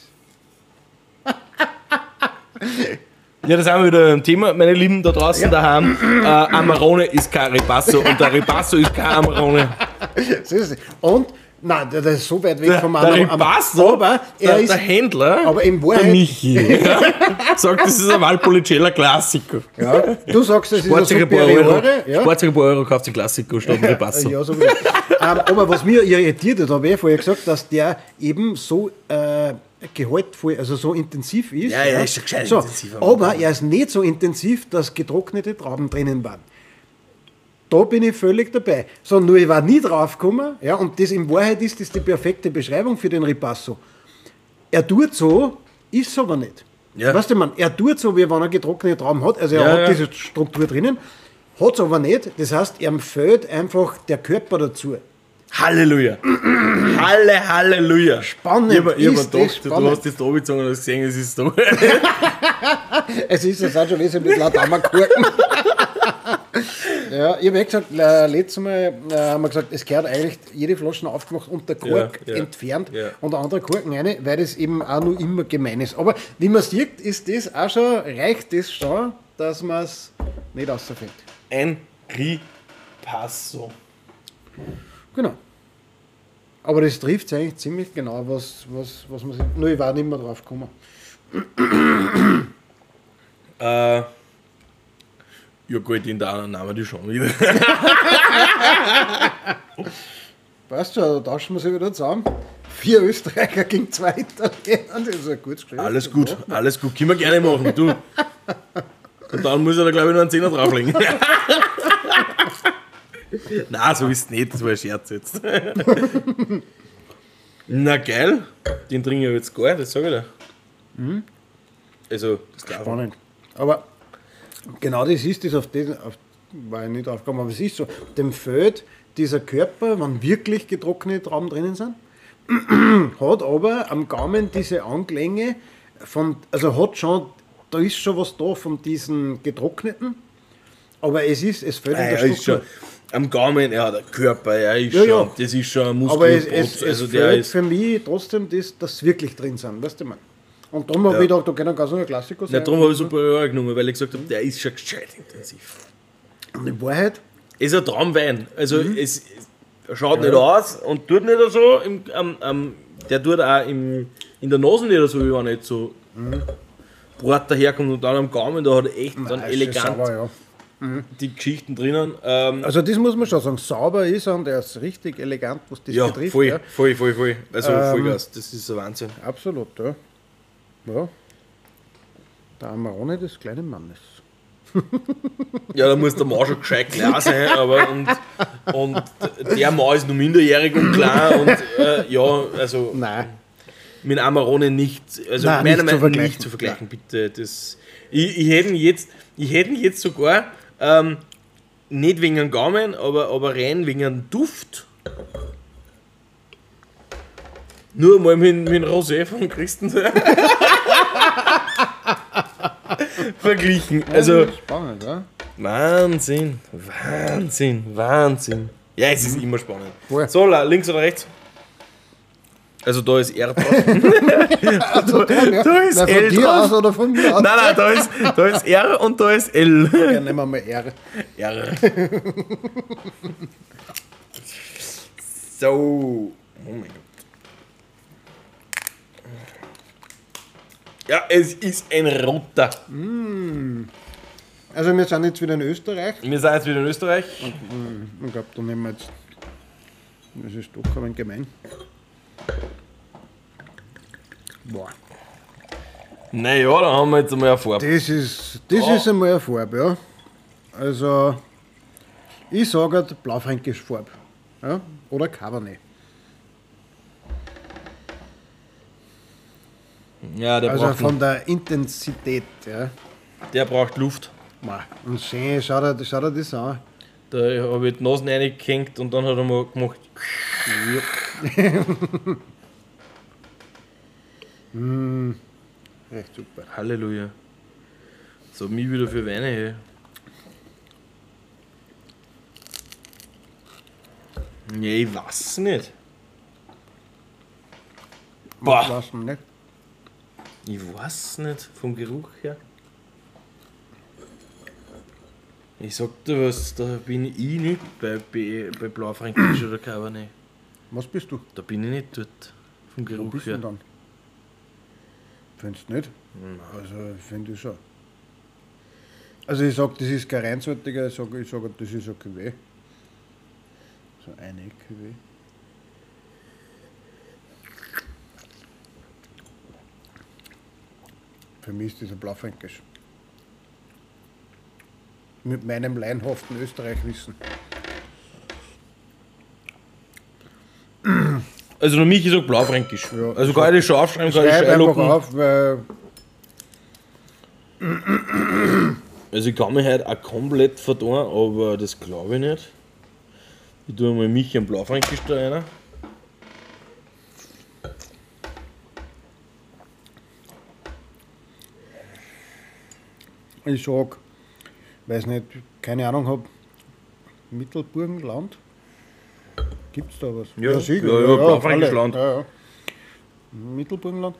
[SPEAKER 2] Ja, das sind wir wieder im Thema, meine Lieben da draußen daheim. Amarone ist kein Ripasso und der Ripasso ist kein Amarone.
[SPEAKER 3] so ist es. Und, nein, der ist so weit weg vom
[SPEAKER 2] Der
[SPEAKER 3] anderen.
[SPEAKER 2] Ripasso,
[SPEAKER 3] Aber er ist,
[SPEAKER 2] der Händler,
[SPEAKER 3] aber in
[SPEAKER 2] der
[SPEAKER 3] Wahrheit,
[SPEAKER 2] Michi, sagt, das ist ein Valpolicella Klassiker.
[SPEAKER 3] ja, du sagst, es ist ein
[SPEAKER 2] Sportsager ein paar Euro,
[SPEAKER 3] Superiore. Ja.
[SPEAKER 2] Sportsager ein paar Euro kauft sich Klassiker statt ein Ripasso.
[SPEAKER 3] Ja, sowieso. Aber was mir irritiert hat, habe ich vorher gesagt, dass der eben so gehaltvoll, also so intensiv ist.
[SPEAKER 2] Ja, ja, ist ja gescheit
[SPEAKER 3] so,
[SPEAKER 2] intensiv.
[SPEAKER 3] aber er ist nicht so intensiv, dass getrocknete Trauben drinnen waren. Da bin ich völlig dabei. So, nur ich war nie drauf gekommen, ja, und das in Wahrheit ist das die perfekte Beschreibung für den Ripasso. Er tut so, ist es aber nicht.
[SPEAKER 2] Ja.
[SPEAKER 3] Weißt du, man, er tut so, wie wenn er getrocknete Trauben hat, also er
[SPEAKER 2] Ja,
[SPEAKER 3] hat
[SPEAKER 2] ja.
[SPEAKER 3] diese Struktur drinnen, hat es aber nicht. Das heißt, ihm fehlt einfach der Körper dazu.
[SPEAKER 2] Halleluja. Halleluja.
[SPEAKER 3] Spannend,
[SPEAKER 2] Ich hab mir
[SPEAKER 3] ist das
[SPEAKER 2] gedacht, du
[SPEAKER 3] spannend.
[SPEAKER 2] hast das da angezogen und hast gesehen, es ist so.
[SPEAKER 3] Es ist das auch schon wesentlich mit Ladama Korken. Ja, ich habe gesagt, letztes Mal haben wir gesagt, es gehört eigentlich jede Flasche aufgemacht und der Kork
[SPEAKER 2] Ja, ja,
[SPEAKER 3] entfernt
[SPEAKER 2] ja.
[SPEAKER 3] und der andere Korken rein, weil das eben auch nur immer gemein ist. Aber wie man sieht, ist das auch schon, reicht das schon, dass man es nicht rausfindet.
[SPEAKER 2] Ein Ripasso.
[SPEAKER 3] Genau. Aber das trifft eigentlich ziemlich genau, was man sieht. Nur ich war nicht mehr drauf gekommen.
[SPEAKER 2] Ja gut, in der anderen nehmen wir die schon wieder.
[SPEAKER 3] Passt schon, da tauschen wir sie wieder zusammen. 4 Österreicher gegen 2 Italiener, das ist ein gutes Geschäft.
[SPEAKER 2] Alles gut, alles gut. Können wir gerne machen, du. Und dann muss er da, glaube ich, noch einen Zehner drauflegen. Nein, so ist es nicht, das war ein Scherz jetzt. Na geil, den trinke ich jetzt gar, das sage ich dir.
[SPEAKER 3] Mhm.
[SPEAKER 2] Also, das glaube ich.
[SPEAKER 3] Spannend. Aber genau das ist das, war ich nicht aufgekommen, aber es ist so, auf dem Feld dieser Körper, wenn wirklich getrocknete Trauben drinnen sind, hat aber am Gaumen diese Anklänge also hat schon, da ist schon was da von diesen getrockneten, aber es fällt in der Struktur.
[SPEAKER 2] Am Gaumen, ja, der Körper, ja, ist
[SPEAKER 3] Ja,
[SPEAKER 2] schon,
[SPEAKER 3] ja.
[SPEAKER 2] das ist schon ein Muskel.
[SPEAKER 3] Aber es
[SPEAKER 2] also der
[SPEAKER 3] fällt
[SPEAKER 2] ist,
[SPEAKER 3] für mich trotzdem, dass sie wirklich drin sind, weißt du, man. Und darum habe ich gedacht, da kann ganz ein Klassiker
[SPEAKER 2] ja,
[SPEAKER 3] sein.
[SPEAKER 2] darum habe ich so Polar genommen, weil ich gesagt habe, der ist schon gescheit intensiv.
[SPEAKER 3] Und in Wahrheit,
[SPEAKER 2] Es ist ein Traumwein, also es schaut nicht aus und tut nicht so, der tut auch in der Nase nicht so, wie wenn nicht so Brat daherkommt und dann am Gaumen, da hat er echt dann
[SPEAKER 3] ist
[SPEAKER 2] elegant
[SPEAKER 3] sauber, ja.
[SPEAKER 2] die Geschichten drinnen.
[SPEAKER 3] Also das muss man schon sagen, sauber ist er und er ist richtig elegant, was das
[SPEAKER 2] Ja,
[SPEAKER 3] betrifft.
[SPEAKER 2] voll,
[SPEAKER 3] Ja.
[SPEAKER 2] voll. Also Vollgas, das ist ein Wahnsinn.
[SPEAKER 3] Absolut, ja. Ja. Der Amarone des kleinen Mannes.
[SPEAKER 2] Ja, da muss der Mann schon gescheit klar sein, aber und der Mann ist nur minderjährig und klein und ja, also
[SPEAKER 3] Nein.
[SPEAKER 2] mit Amarone nicht, also
[SPEAKER 3] Nein,
[SPEAKER 2] meiner
[SPEAKER 3] nicht zu
[SPEAKER 2] Meinung nach
[SPEAKER 3] vergleichen.
[SPEAKER 2] nicht zu vergleichen, bitte. Das, ich hätte ihn jetzt sogar nicht wegen dem Gaumen, aber rein wegen dem Duft. Nur mal mit dem Rosé von Christensen verglichen. Also
[SPEAKER 3] Spannend, ja?
[SPEAKER 2] Wahnsinn. Ja, es ist immer spannend.
[SPEAKER 3] Wohl.
[SPEAKER 2] So, links oder rechts? Also da ist R drauf. Da ist
[SPEAKER 3] Nein, von
[SPEAKER 2] L
[SPEAKER 3] dir
[SPEAKER 2] drauf.
[SPEAKER 3] aus oder von mir aus?
[SPEAKER 2] Nein, da ist R und da ist L.
[SPEAKER 3] Ja, nehmen wir mal R.
[SPEAKER 2] R. So. Oh mein Gott. Ja, es ist ein roter.
[SPEAKER 3] Also wir sind jetzt wieder in Österreich.
[SPEAKER 2] Wir sind jetzt wieder in Österreich.
[SPEAKER 3] Ich glaube, da nehmen wir jetzt. Das ist doch ein wenig gemein. Boah.
[SPEAKER 2] Naja, da haben wir jetzt einmal eine Farbe.
[SPEAKER 3] Das ist einmal eine Farbe, ja. Also, ich sage blaufränkisch Farbe. Ja? Oder Cabernet.
[SPEAKER 2] Ja, der
[SPEAKER 3] Also
[SPEAKER 2] braucht
[SPEAKER 3] von der Intensität, ja.
[SPEAKER 2] Der braucht Luft.
[SPEAKER 3] Boah. Und schön, schau dir das an.
[SPEAKER 2] Da habe ich die Nasen reingehängt und dann hat er mal gemacht.
[SPEAKER 3] Recht super.
[SPEAKER 2] Halleluja. So, mich wieder für Weine her. Nee, ich weiß nicht. Boah.
[SPEAKER 3] Was nicht?
[SPEAKER 2] Ich weiß nicht, vom Geruch her. Ich sag dir was, da bin ich nicht bei Blaufränkisch oder Cabernet.
[SPEAKER 3] Was bist du?
[SPEAKER 2] Da bin ich nicht dort, vom
[SPEAKER 3] Wo
[SPEAKER 2] Geruch
[SPEAKER 3] bist du
[SPEAKER 2] her.
[SPEAKER 3] denn dann? Findest du nicht? Also, ich finde schon. Also, ich sage, das ist kein reinsortiger, ich sage, das ist ein Cuvée. So eine Cuvée. Für mich ist das ein Blaufränkisch. Mit meinem laienhaften Österreich-Wissen.
[SPEAKER 2] Also der Michi sagt Blaufränkisch.
[SPEAKER 3] Ja,
[SPEAKER 2] Also kann ich das schon aufschreiben, kann ich
[SPEAKER 3] Schreib
[SPEAKER 2] schon
[SPEAKER 3] einfach
[SPEAKER 2] einloggen.
[SPEAKER 3] auf, weil
[SPEAKER 2] Also ich kann mich heute auch komplett verdorren, aber das glaube ich nicht. Ich tue mal Michi einen Blaufränkisch da rein.
[SPEAKER 3] ich sage, weiß nicht, keine Ahnung habe, Mittelburgenland? Gibt es da was?
[SPEAKER 2] Ja,
[SPEAKER 3] sicher.
[SPEAKER 2] ja, Blaufränkisch
[SPEAKER 3] alle.
[SPEAKER 2] Land.
[SPEAKER 3] Ja. Mittelburgenland.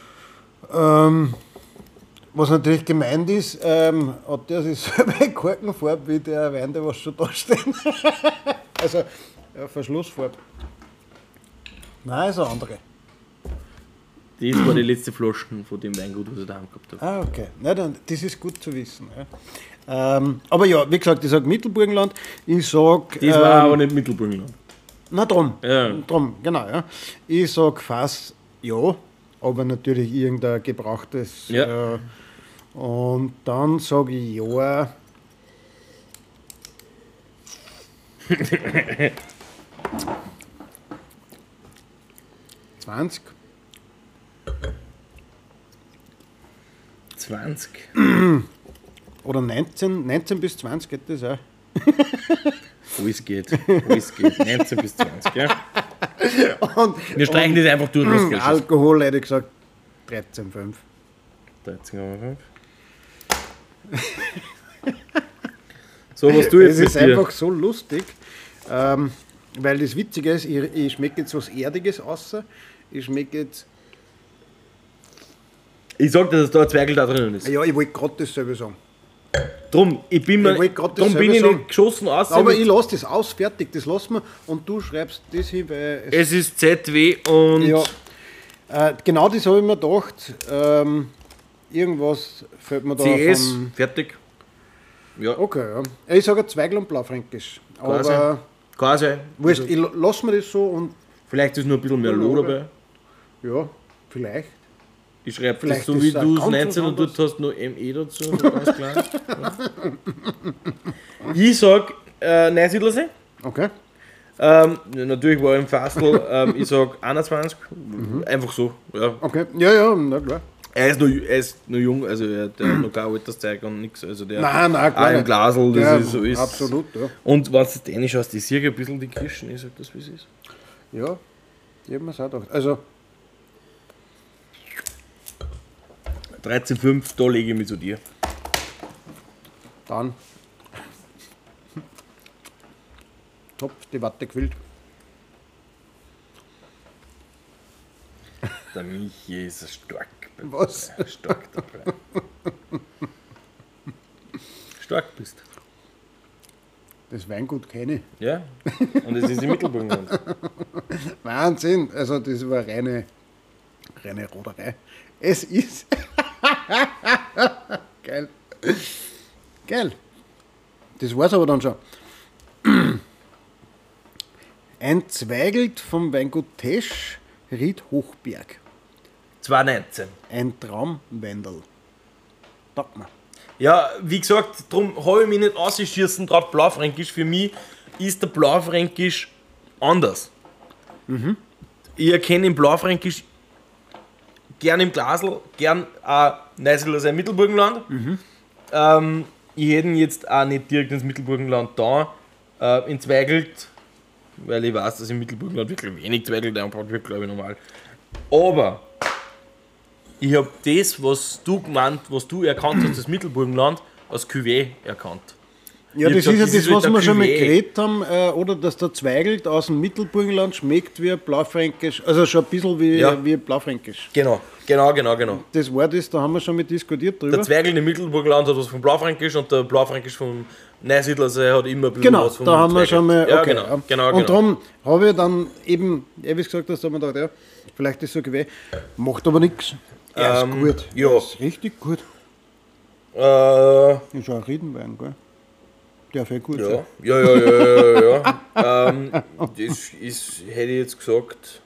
[SPEAKER 3] Was natürlich gemeint ist, hat der dieselbe Korkenfarbe wie der Wein, der was schon da steht. Also, ja, Verschlussfarbe. Nein, ist eine andere.
[SPEAKER 2] Das war die letzte Flaschen von dem Weingut, was ich daheim gehabt habe.
[SPEAKER 3] Ah, okay. Na, dann, das ist gut zu wissen. Ja. Aber ja, wie gesagt, ich sage Mittelburgenland. Ich sage.
[SPEAKER 2] Das war aber nicht Mittelburgenland.
[SPEAKER 3] Na, drum.
[SPEAKER 2] Ja.
[SPEAKER 3] Drum, genau. Ja. Ich sage Fass, ja, aber natürlich irgendein gebrauchtes.
[SPEAKER 2] Ja.
[SPEAKER 3] Und dann sage ich ja. 20.
[SPEAKER 2] 20.
[SPEAKER 3] Oder 19 bis 20 geht das auch.
[SPEAKER 2] Alles geht. 19 bis 20, ja.
[SPEAKER 3] Und,
[SPEAKER 2] Wir streichen das einfach durch. Was falsch ist.
[SPEAKER 3] Alkohol hätte ich gesagt 13,5.
[SPEAKER 2] 13,5. So, was du jetzt
[SPEAKER 3] Es
[SPEAKER 2] mit
[SPEAKER 3] ist
[SPEAKER 2] dir?
[SPEAKER 3] einfach so lustig, weil das Witzige ist, ich schmecke jetzt was Erdiges außer. Ich schmecke jetzt.
[SPEAKER 2] Ich sag dir, dass da ein Zwergel da drinnen ist.
[SPEAKER 3] Ja, ich wollte gerade dasselbe sagen.
[SPEAKER 2] Drum, ich bin
[SPEAKER 3] wollte grad
[SPEAKER 2] drum bin ich
[SPEAKER 3] dasselbe
[SPEAKER 2] nicht geschossen aus.
[SPEAKER 3] Aber ich lasse das aus, fertig, das lassen wir und du schreibst das hin, weil
[SPEAKER 2] Es ist ZW und
[SPEAKER 3] ja, genau das habe ich mir gedacht. Irgendwas fällt mir da
[SPEAKER 2] CS,
[SPEAKER 3] von.
[SPEAKER 2] fertig. Ja,
[SPEAKER 3] Okay, ja. Ich sage Zweigl und Blaufränkisch.
[SPEAKER 2] Quasi.
[SPEAKER 3] Aber
[SPEAKER 2] quasi.
[SPEAKER 3] wurscht, ich lasse mir das so und
[SPEAKER 2] Vielleicht ist nur ein bisschen mehr Loh dabei.
[SPEAKER 3] ja, vielleicht.
[SPEAKER 2] Ich schreibe das
[SPEAKER 3] Vielleicht
[SPEAKER 2] so,
[SPEAKER 3] ist
[SPEAKER 2] wie
[SPEAKER 3] es auch
[SPEAKER 2] du es
[SPEAKER 3] ganz
[SPEAKER 2] 19 und
[SPEAKER 3] was
[SPEAKER 2] dort hast noch ME dazu. So ganz klar. Ja. Ich sag Neusiedlersee.
[SPEAKER 3] Okay.
[SPEAKER 2] Natürlich war er im Fastel. Ich sag 21. Einfach so. Ja.
[SPEAKER 3] Okay, ja, na klar.
[SPEAKER 2] Er ist noch jung, also der hat noch kein Alterszeug und nichts. Also der
[SPEAKER 3] Nein,
[SPEAKER 2] auch
[SPEAKER 3] klar
[SPEAKER 2] im
[SPEAKER 3] nicht.
[SPEAKER 2] Glasl, das
[SPEAKER 3] Ja,
[SPEAKER 2] ist so ist.
[SPEAKER 3] absolut, ja.
[SPEAKER 2] Und wenn du das Dänisch hast, ich sehe ein bisschen die Kirschen, ich sag das, wie es ist.
[SPEAKER 3] Ja, ich habe mir auch gedacht. Also,
[SPEAKER 2] 13,5, da lege ich mich zu dir.
[SPEAKER 3] dann. Top, die Watte quillt.
[SPEAKER 2] Der Michi ist stark.
[SPEAKER 3] Was?
[SPEAKER 2] Stark dabei. Stark bist.
[SPEAKER 3] Das Weingut kenne ich.
[SPEAKER 2] Ja, und es ist im Mittelburgenland.
[SPEAKER 3] Wahnsinn, also das war reine Roderei. Es ist. Geil. Geil. Das war's aber dann schon. Ein Zweigelt vom Weingut Tesch, Ried Hochberg.
[SPEAKER 2] 2,19.
[SPEAKER 3] Ein Traumwendel. Taugt mir.
[SPEAKER 2] Ja, wie gesagt, darum habe ich mich nicht ausgeschießen, gerade Blaufränkisch. Für mich ist der Blaufränkisch anders. Ich erkenne im Blaufränkisch gern im Glasl, gern auch Neusiedlersee Mittelburgenland. Ich hätte ihn jetzt auch nicht direkt ins Mittelburgenland da, in Zweigelt, weil ich weiß, dass im Mittelburgenland wirklich wenig Zweigelt einfach wirklich, glaube ich, normal. Aber ich habe das, was du erkannt hast, das Mittelburgenland, als Cuvée erkannt.
[SPEAKER 3] Ja,
[SPEAKER 2] Ich
[SPEAKER 3] das
[SPEAKER 2] hab
[SPEAKER 3] ist ja
[SPEAKER 2] gesagt,
[SPEAKER 3] das,
[SPEAKER 2] das
[SPEAKER 3] was
[SPEAKER 2] ist
[SPEAKER 3] wir
[SPEAKER 2] der
[SPEAKER 3] schon mal
[SPEAKER 2] Cuvée.
[SPEAKER 3] geredet haben, oder dass der Zweigelt aus dem Mittelburgenland schmeckt wie Blaufränkisch, also schon ein bisschen wie,
[SPEAKER 2] Ja.
[SPEAKER 3] wie Blaufränkisch.
[SPEAKER 2] Genau.
[SPEAKER 3] Das war das, da haben wir schon mal diskutiert drüber.
[SPEAKER 2] Der Zweigel im Mittelburgenland hat was vom Blaufränkisch und der Blaufränkisch vom Neusiedlersee hat immer ein bisschen
[SPEAKER 3] Genau,
[SPEAKER 2] was vom
[SPEAKER 3] da haben wir
[SPEAKER 2] Zweigel.
[SPEAKER 3] schon mal.
[SPEAKER 2] Ja,
[SPEAKER 3] Okay,
[SPEAKER 2] genau.
[SPEAKER 3] Und darum habe ich dann eben, wie gesagt hast, haben wir gedacht, ja, vielleicht ist es so gewesen. Macht aber nichts. Er ist gut.
[SPEAKER 2] ja.
[SPEAKER 3] Er ist richtig gut.
[SPEAKER 2] Ja.
[SPEAKER 3] Ist auch ein Riedenwein, gell? Darf ja gut
[SPEAKER 2] Ja.
[SPEAKER 3] sein.
[SPEAKER 2] Das ist, hätte ich jetzt gesagt,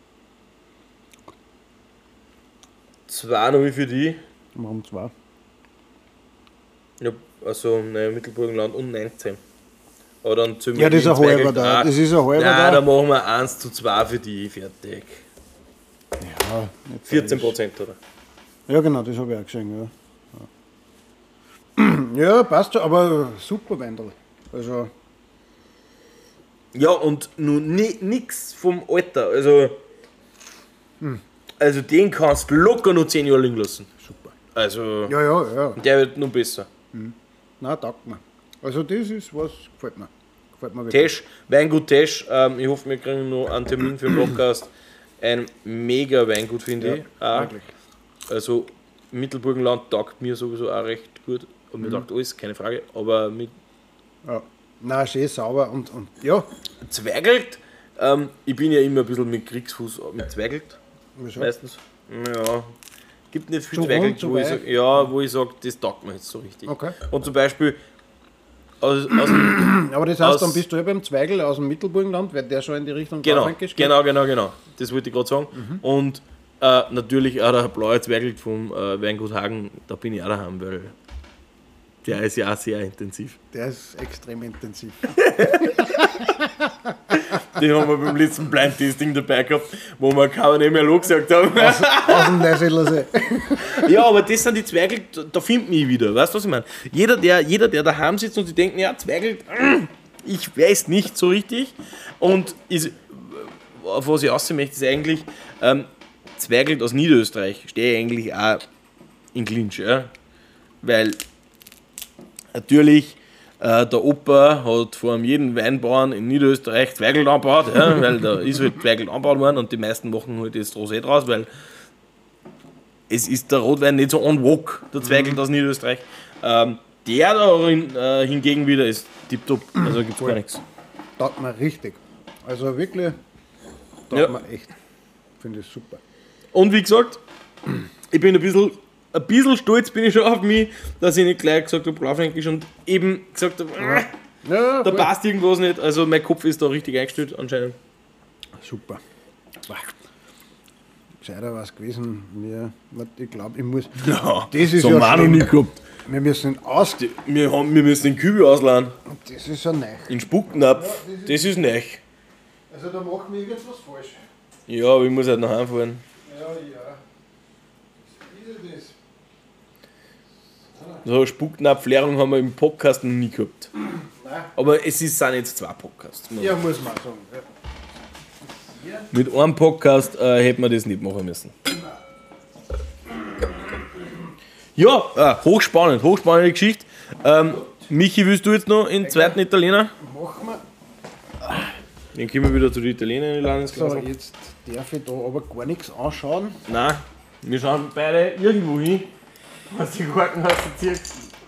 [SPEAKER 2] 2-0 für die.
[SPEAKER 3] Warum zwei?
[SPEAKER 2] Ja, also Mittelburgenland und 19. Aber dann zählen
[SPEAKER 3] Ja, das ist
[SPEAKER 2] die
[SPEAKER 3] ein halber
[SPEAKER 2] Zweigelt
[SPEAKER 3] da.
[SPEAKER 2] auch.
[SPEAKER 3] Das ist ein halber
[SPEAKER 2] Nein,
[SPEAKER 3] da.
[SPEAKER 2] da machen wir 1:2 für die, fertig.
[SPEAKER 3] Ja, nicht
[SPEAKER 2] 14%, oder?
[SPEAKER 3] Ja, genau, das habe ich auch gesehen, ja. Ja, passt schon, aber super Wendel. Also,
[SPEAKER 2] Ja, und nun nix vom Alter. Also den kannst du locker noch 10 Jahre liegen lassen.
[SPEAKER 3] super.
[SPEAKER 2] Also
[SPEAKER 3] Ja.
[SPEAKER 2] der wird noch besser.
[SPEAKER 3] Nein, taugt mir. Also, das ist was, gefällt mir. Gefällt mir wirklich.
[SPEAKER 2] Tesch, Weingut Tesch. Ich hoffe, wir kriegen noch einen Termin für den Podcast. Ein mega Weingut, finde ich. Auch.
[SPEAKER 3] Wirklich.
[SPEAKER 2] Also Mittelburgenland taugt mir sowieso auch recht gut. Und mir taugt alles, keine Frage. Aber mit
[SPEAKER 3] Ja. Nein, schön sauber und ja.
[SPEAKER 2] Zweigelt, ich bin ja immer ein bisschen mit Kriegsfuß mit Zweigelt.
[SPEAKER 3] Wieso?
[SPEAKER 2] Meistens. Ja. Gibt nicht viel
[SPEAKER 3] Zu
[SPEAKER 2] Zweigelt,
[SPEAKER 3] rund, zu
[SPEAKER 2] wo ich
[SPEAKER 3] weich?
[SPEAKER 2] wo ich sage, das taugt mir jetzt so richtig.
[SPEAKER 3] Okay.
[SPEAKER 2] Und zum Beispiel aus dem,
[SPEAKER 3] Aber das heißt,
[SPEAKER 2] Aus-
[SPEAKER 3] dann bist du ja beim Zweigel aus dem Mittelburgenland, weil der schon in die Richtung
[SPEAKER 2] genau,
[SPEAKER 3] Blaufränkisch geht.
[SPEAKER 2] genau. Das wollte ich gerade sagen. Und natürlich auch der blaue Zweigelt vom Weingut Hagen, da bin ich auch daheim, weil der ist ja auch sehr intensiv.
[SPEAKER 3] Der ist extrem intensiv.
[SPEAKER 2] Den haben wir beim letzten Blind-Tasting dabei gehabt, wo wir Cabernet Merlot gesagt haben.
[SPEAKER 3] Aus dem Neusiedler See.
[SPEAKER 2] Ja, aber das sind die Zweigel, da findet mich wieder, weißt du, was ich meine? Jeder, der daheim sitzt und sich denkt, ja, Zweigel, ich weiß nicht so richtig. Und auf was ich aussehen möchte, ist eigentlich, Zweigel aus Niederösterreich stehe ich eigentlich auch in Clinch, ja? Weil natürlich der Opa hat vor jedem Weinbauern in Niederösterreich Zweigel angebaut, ja? Weil da ist halt Zweigel angebaut worden und die meisten machen halt das Rosé draus, weil es ist der Rotwein nicht so en vogue, der Zweigel aus Niederösterreich. Der da hingegen wieder ist tipptopp, also gibt es gar nichts.
[SPEAKER 3] Taugt mir richtig. Also wirklich, taugt
[SPEAKER 2] Ja.
[SPEAKER 3] mir echt. Finde ich super.
[SPEAKER 2] Und wie gesagt, ich bin ein bisschen stolz bin ich schon auf mich, dass ich nicht gleich gesagt habe, Blaufränkisch und eben gesagt habe,
[SPEAKER 3] Ja,
[SPEAKER 2] da
[SPEAKER 3] voll.
[SPEAKER 2] passt irgendwas nicht. Also mein Kopf ist da richtig eingestellt anscheinend.
[SPEAKER 3] Super. Gescheiter war es gewesen. Ich glaube, ich muss.
[SPEAKER 2] Ja,
[SPEAKER 3] Das ist
[SPEAKER 2] so
[SPEAKER 3] ja
[SPEAKER 2] haben wir noch
[SPEAKER 3] schlimm.
[SPEAKER 2] nie gehabt.
[SPEAKER 3] Wir müssen aus.
[SPEAKER 2] Wir müssen den Kübel ausleihen,
[SPEAKER 3] Das ist ja neu.
[SPEAKER 2] in Spucknapf, das ist neu.
[SPEAKER 3] Also da machen wir irgendwas falsch.
[SPEAKER 2] Ja, aber ich muss halt noch heimfahren.
[SPEAKER 3] Ja. Wie ist das?
[SPEAKER 2] So eine Spucknapf-Lehrung haben wir im Podcast noch nie gehabt.
[SPEAKER 3] Nein.
[SPEAKER 2] Aber sind jetzt 2 Podcasts.
[SPEAKER 3] Ja, muss man sagen. Ja.
[SPEAKER 2] Mit einem Podcast hätte man das nicht machen müssen. Ja, hochspannende Geschichte. Michi, willst du jetzt noch in den zweiten Italiener?
[SPEAKER 3] Machen wir.
[SPEAKER 2] Dann kommen wir wieder zu den Italienern in die
[SPEAKER 3] So,
[SPEAKER 2] Landesklasse.
[SPEAKER 3] jetzt darf ich da aber gar nichts anschauen.
[SPEAKER 2] Nein, wir schauen beide irgendwo hin, was die Kartenkasse zieht.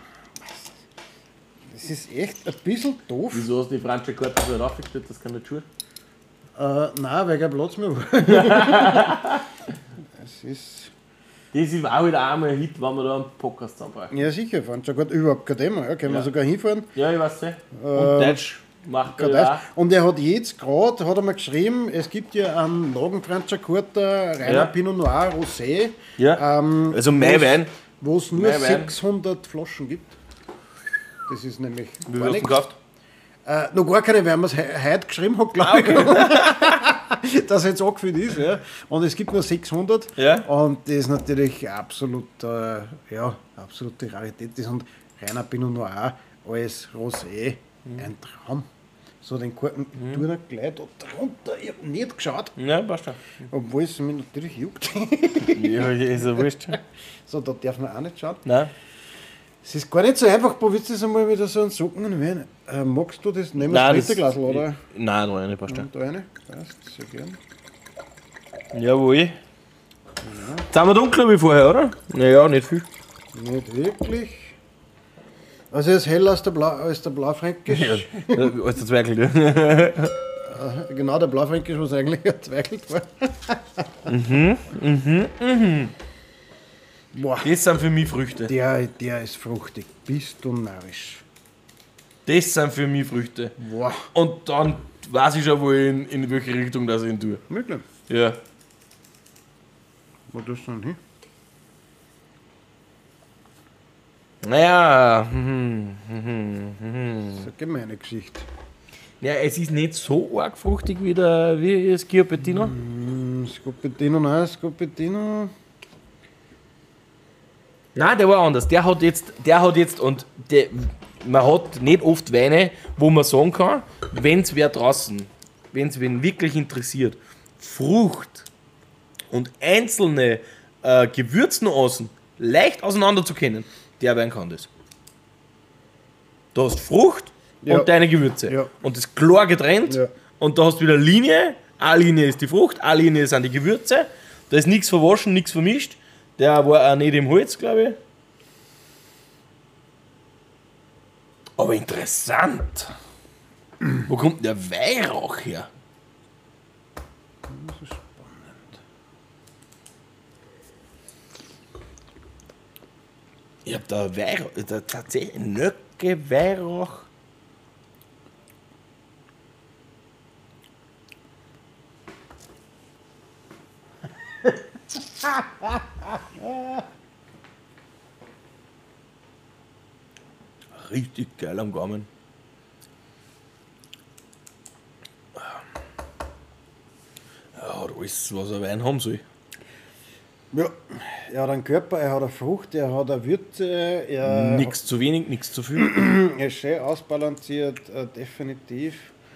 [SPEAKER 3] Das ist echt ein bisschen doof.
[SPEAKER 2] Wieso hast du die französische Karte so raufgestellt, das kann nicht schulen?
[SPEAKER 3] Nein, weil kein Platz mehr war. Es ist.
[SPEAKER 2] Das ist auch halt auch einmal ein Hit, wenn wir da einen Podcast zusammenbringen.
[SPEAKER 3] Ja, sicher, fand schon gut, überhaupt kein Thema. Ja, können wir sogar hinfahren.
[SPEAKER 2] Ja, ich weiß nicht. Und Deutsch macht er ja auch.
[SPEAKER 3] Und er hat jetzt gerade, hat er mir geschrieben, es gibt ja einen Lagenfranschakurter, reiner
[SPEAKER 2] Ja.
[SPEAKER 3] Pinot Noir Rosé,
[SPEAKER 2] Ja, also mein Wein.
[SPEAKER 3] wo es nur
[SPEAKER 2] Mein Wein.
[SPEAKER 3] 600 Flaschen gibt. Das ist nämlich
[SPEAKER 2] Wie
[SPEAKER 3] gar
[SPEAKER 2] hast du
[SPEAKER 3] nichts.
[SPEAKER 2] gekauft?
[SPEAKER 3] Noch gar keine, weil man es heute geschrieben hat, glaube ich. Dass jetzt angefüllt ist. Ja. Und es gibt nur 600.
[SPEAKER 2] Ja.
[SPEAKER 3] Und das ist natürlich absolute Rarität. Das und reiner Pinot Noir als Rosé ein Traum. So den Korken tun wir gleich da drunter. Ich habe nicht geschaut,
[SPEAKER 2] Ja, passt schon.
[SPEAKER 3] obwohl es mich natürlich juckt.
[SPEAKER 2] Ja, ist ja wurscht.
[SPEAKER 3] So, da darf man auch nicht schauen.
[SPEAKER 2] Nein.
[SPEAKER 3] Es ist gar nicht so einfach, probierst du das einmal wieder so einen Socken Wein. Magst du das? Nehmen wir das Splitterglas, oder?
[SPEAKER 2] Nein, noch eine, passt schon.
[SPEAKER 3] Und da eine? Passt, sehr gern.
[SPEAKER 2] Jawohl. Jetzt sind wir dunkler wie vorher, oder? Naja, nicht viel.
[SPEAKER 3] Nicht wirklich. Also er ist heller als der Blaufränkisch.
[SPEAKER 2] Als der Zweigel.
[SPEAKER 3] Genau, der Blaufränkisch, was eigentlich erzweigelt war. Boah,
[SPEAKER 2] Das sind für mich Früchte.
[SPEAKER 3] der ist fruchtig. Bist du narrisch.
[SPEAKER 2] Das sind für mich Früchte.
[SPEAKER 3] Boah,
[SPEAKER 2] Und dann weiß ich schon, in welche Richtung das ich ihn tue.
[SPEAKER 3] wirklich.
[SPEAKER 2] Ja.
[SPEAKER 3] Wo tust du denn hin?
[SPEAKER 2] Naja,
[SPEAKER 3] Das ist eine gemeine Geschichte.
[SPEAKER 2] ja, es ist nicht so arg fruchtig wie das Schioppettino.
[SPEAKER 3] Scopettino, nein, Scopettino.
[SPEAKER 2] Nein, der war anders. Der hat jetzt man hat nicht oft Weine, wo man sagen kann, wenn es wer draußen, wenn es wen wirklich interessiert, Frucht und einzelne Gewürznuancen leicht auseinander zu kennen, der Wein kann das. Du hast Frucht
[SPEAKER 3] Ja.
[SPEAKER 2] und deine Gewürze.
[SPEAKER 3] Ja.
[SPEAKER 2] Und das klar getrennt.
[SPEAKER 3] Ja.
[SPEAKER 2] Und da hast du wieder Linie. Eine Linie ist die Frucht, eine Linie sind die Gewürze. Da ist nichts verwaschen, nichts vermischt. Der war auch nicht im Holz, glaube ich. Aber interessant. Wo kommt der Weihrauch her? Ich hab da Weihrauch, tatsächlich Nöcke, Weihrauch. Richtig geil am Gaumen. Ja, hat alles, was ein Wein haben soll.
[SPEAKER 3] Ja, er hat einen Körper, er hat eine Frucht, er hat eine Würze,
[SPEAKER 2] Nichts zu wenig, nichts zu viel.
[SPEAKER 3] er ist schön ausbalanciert, definitiv.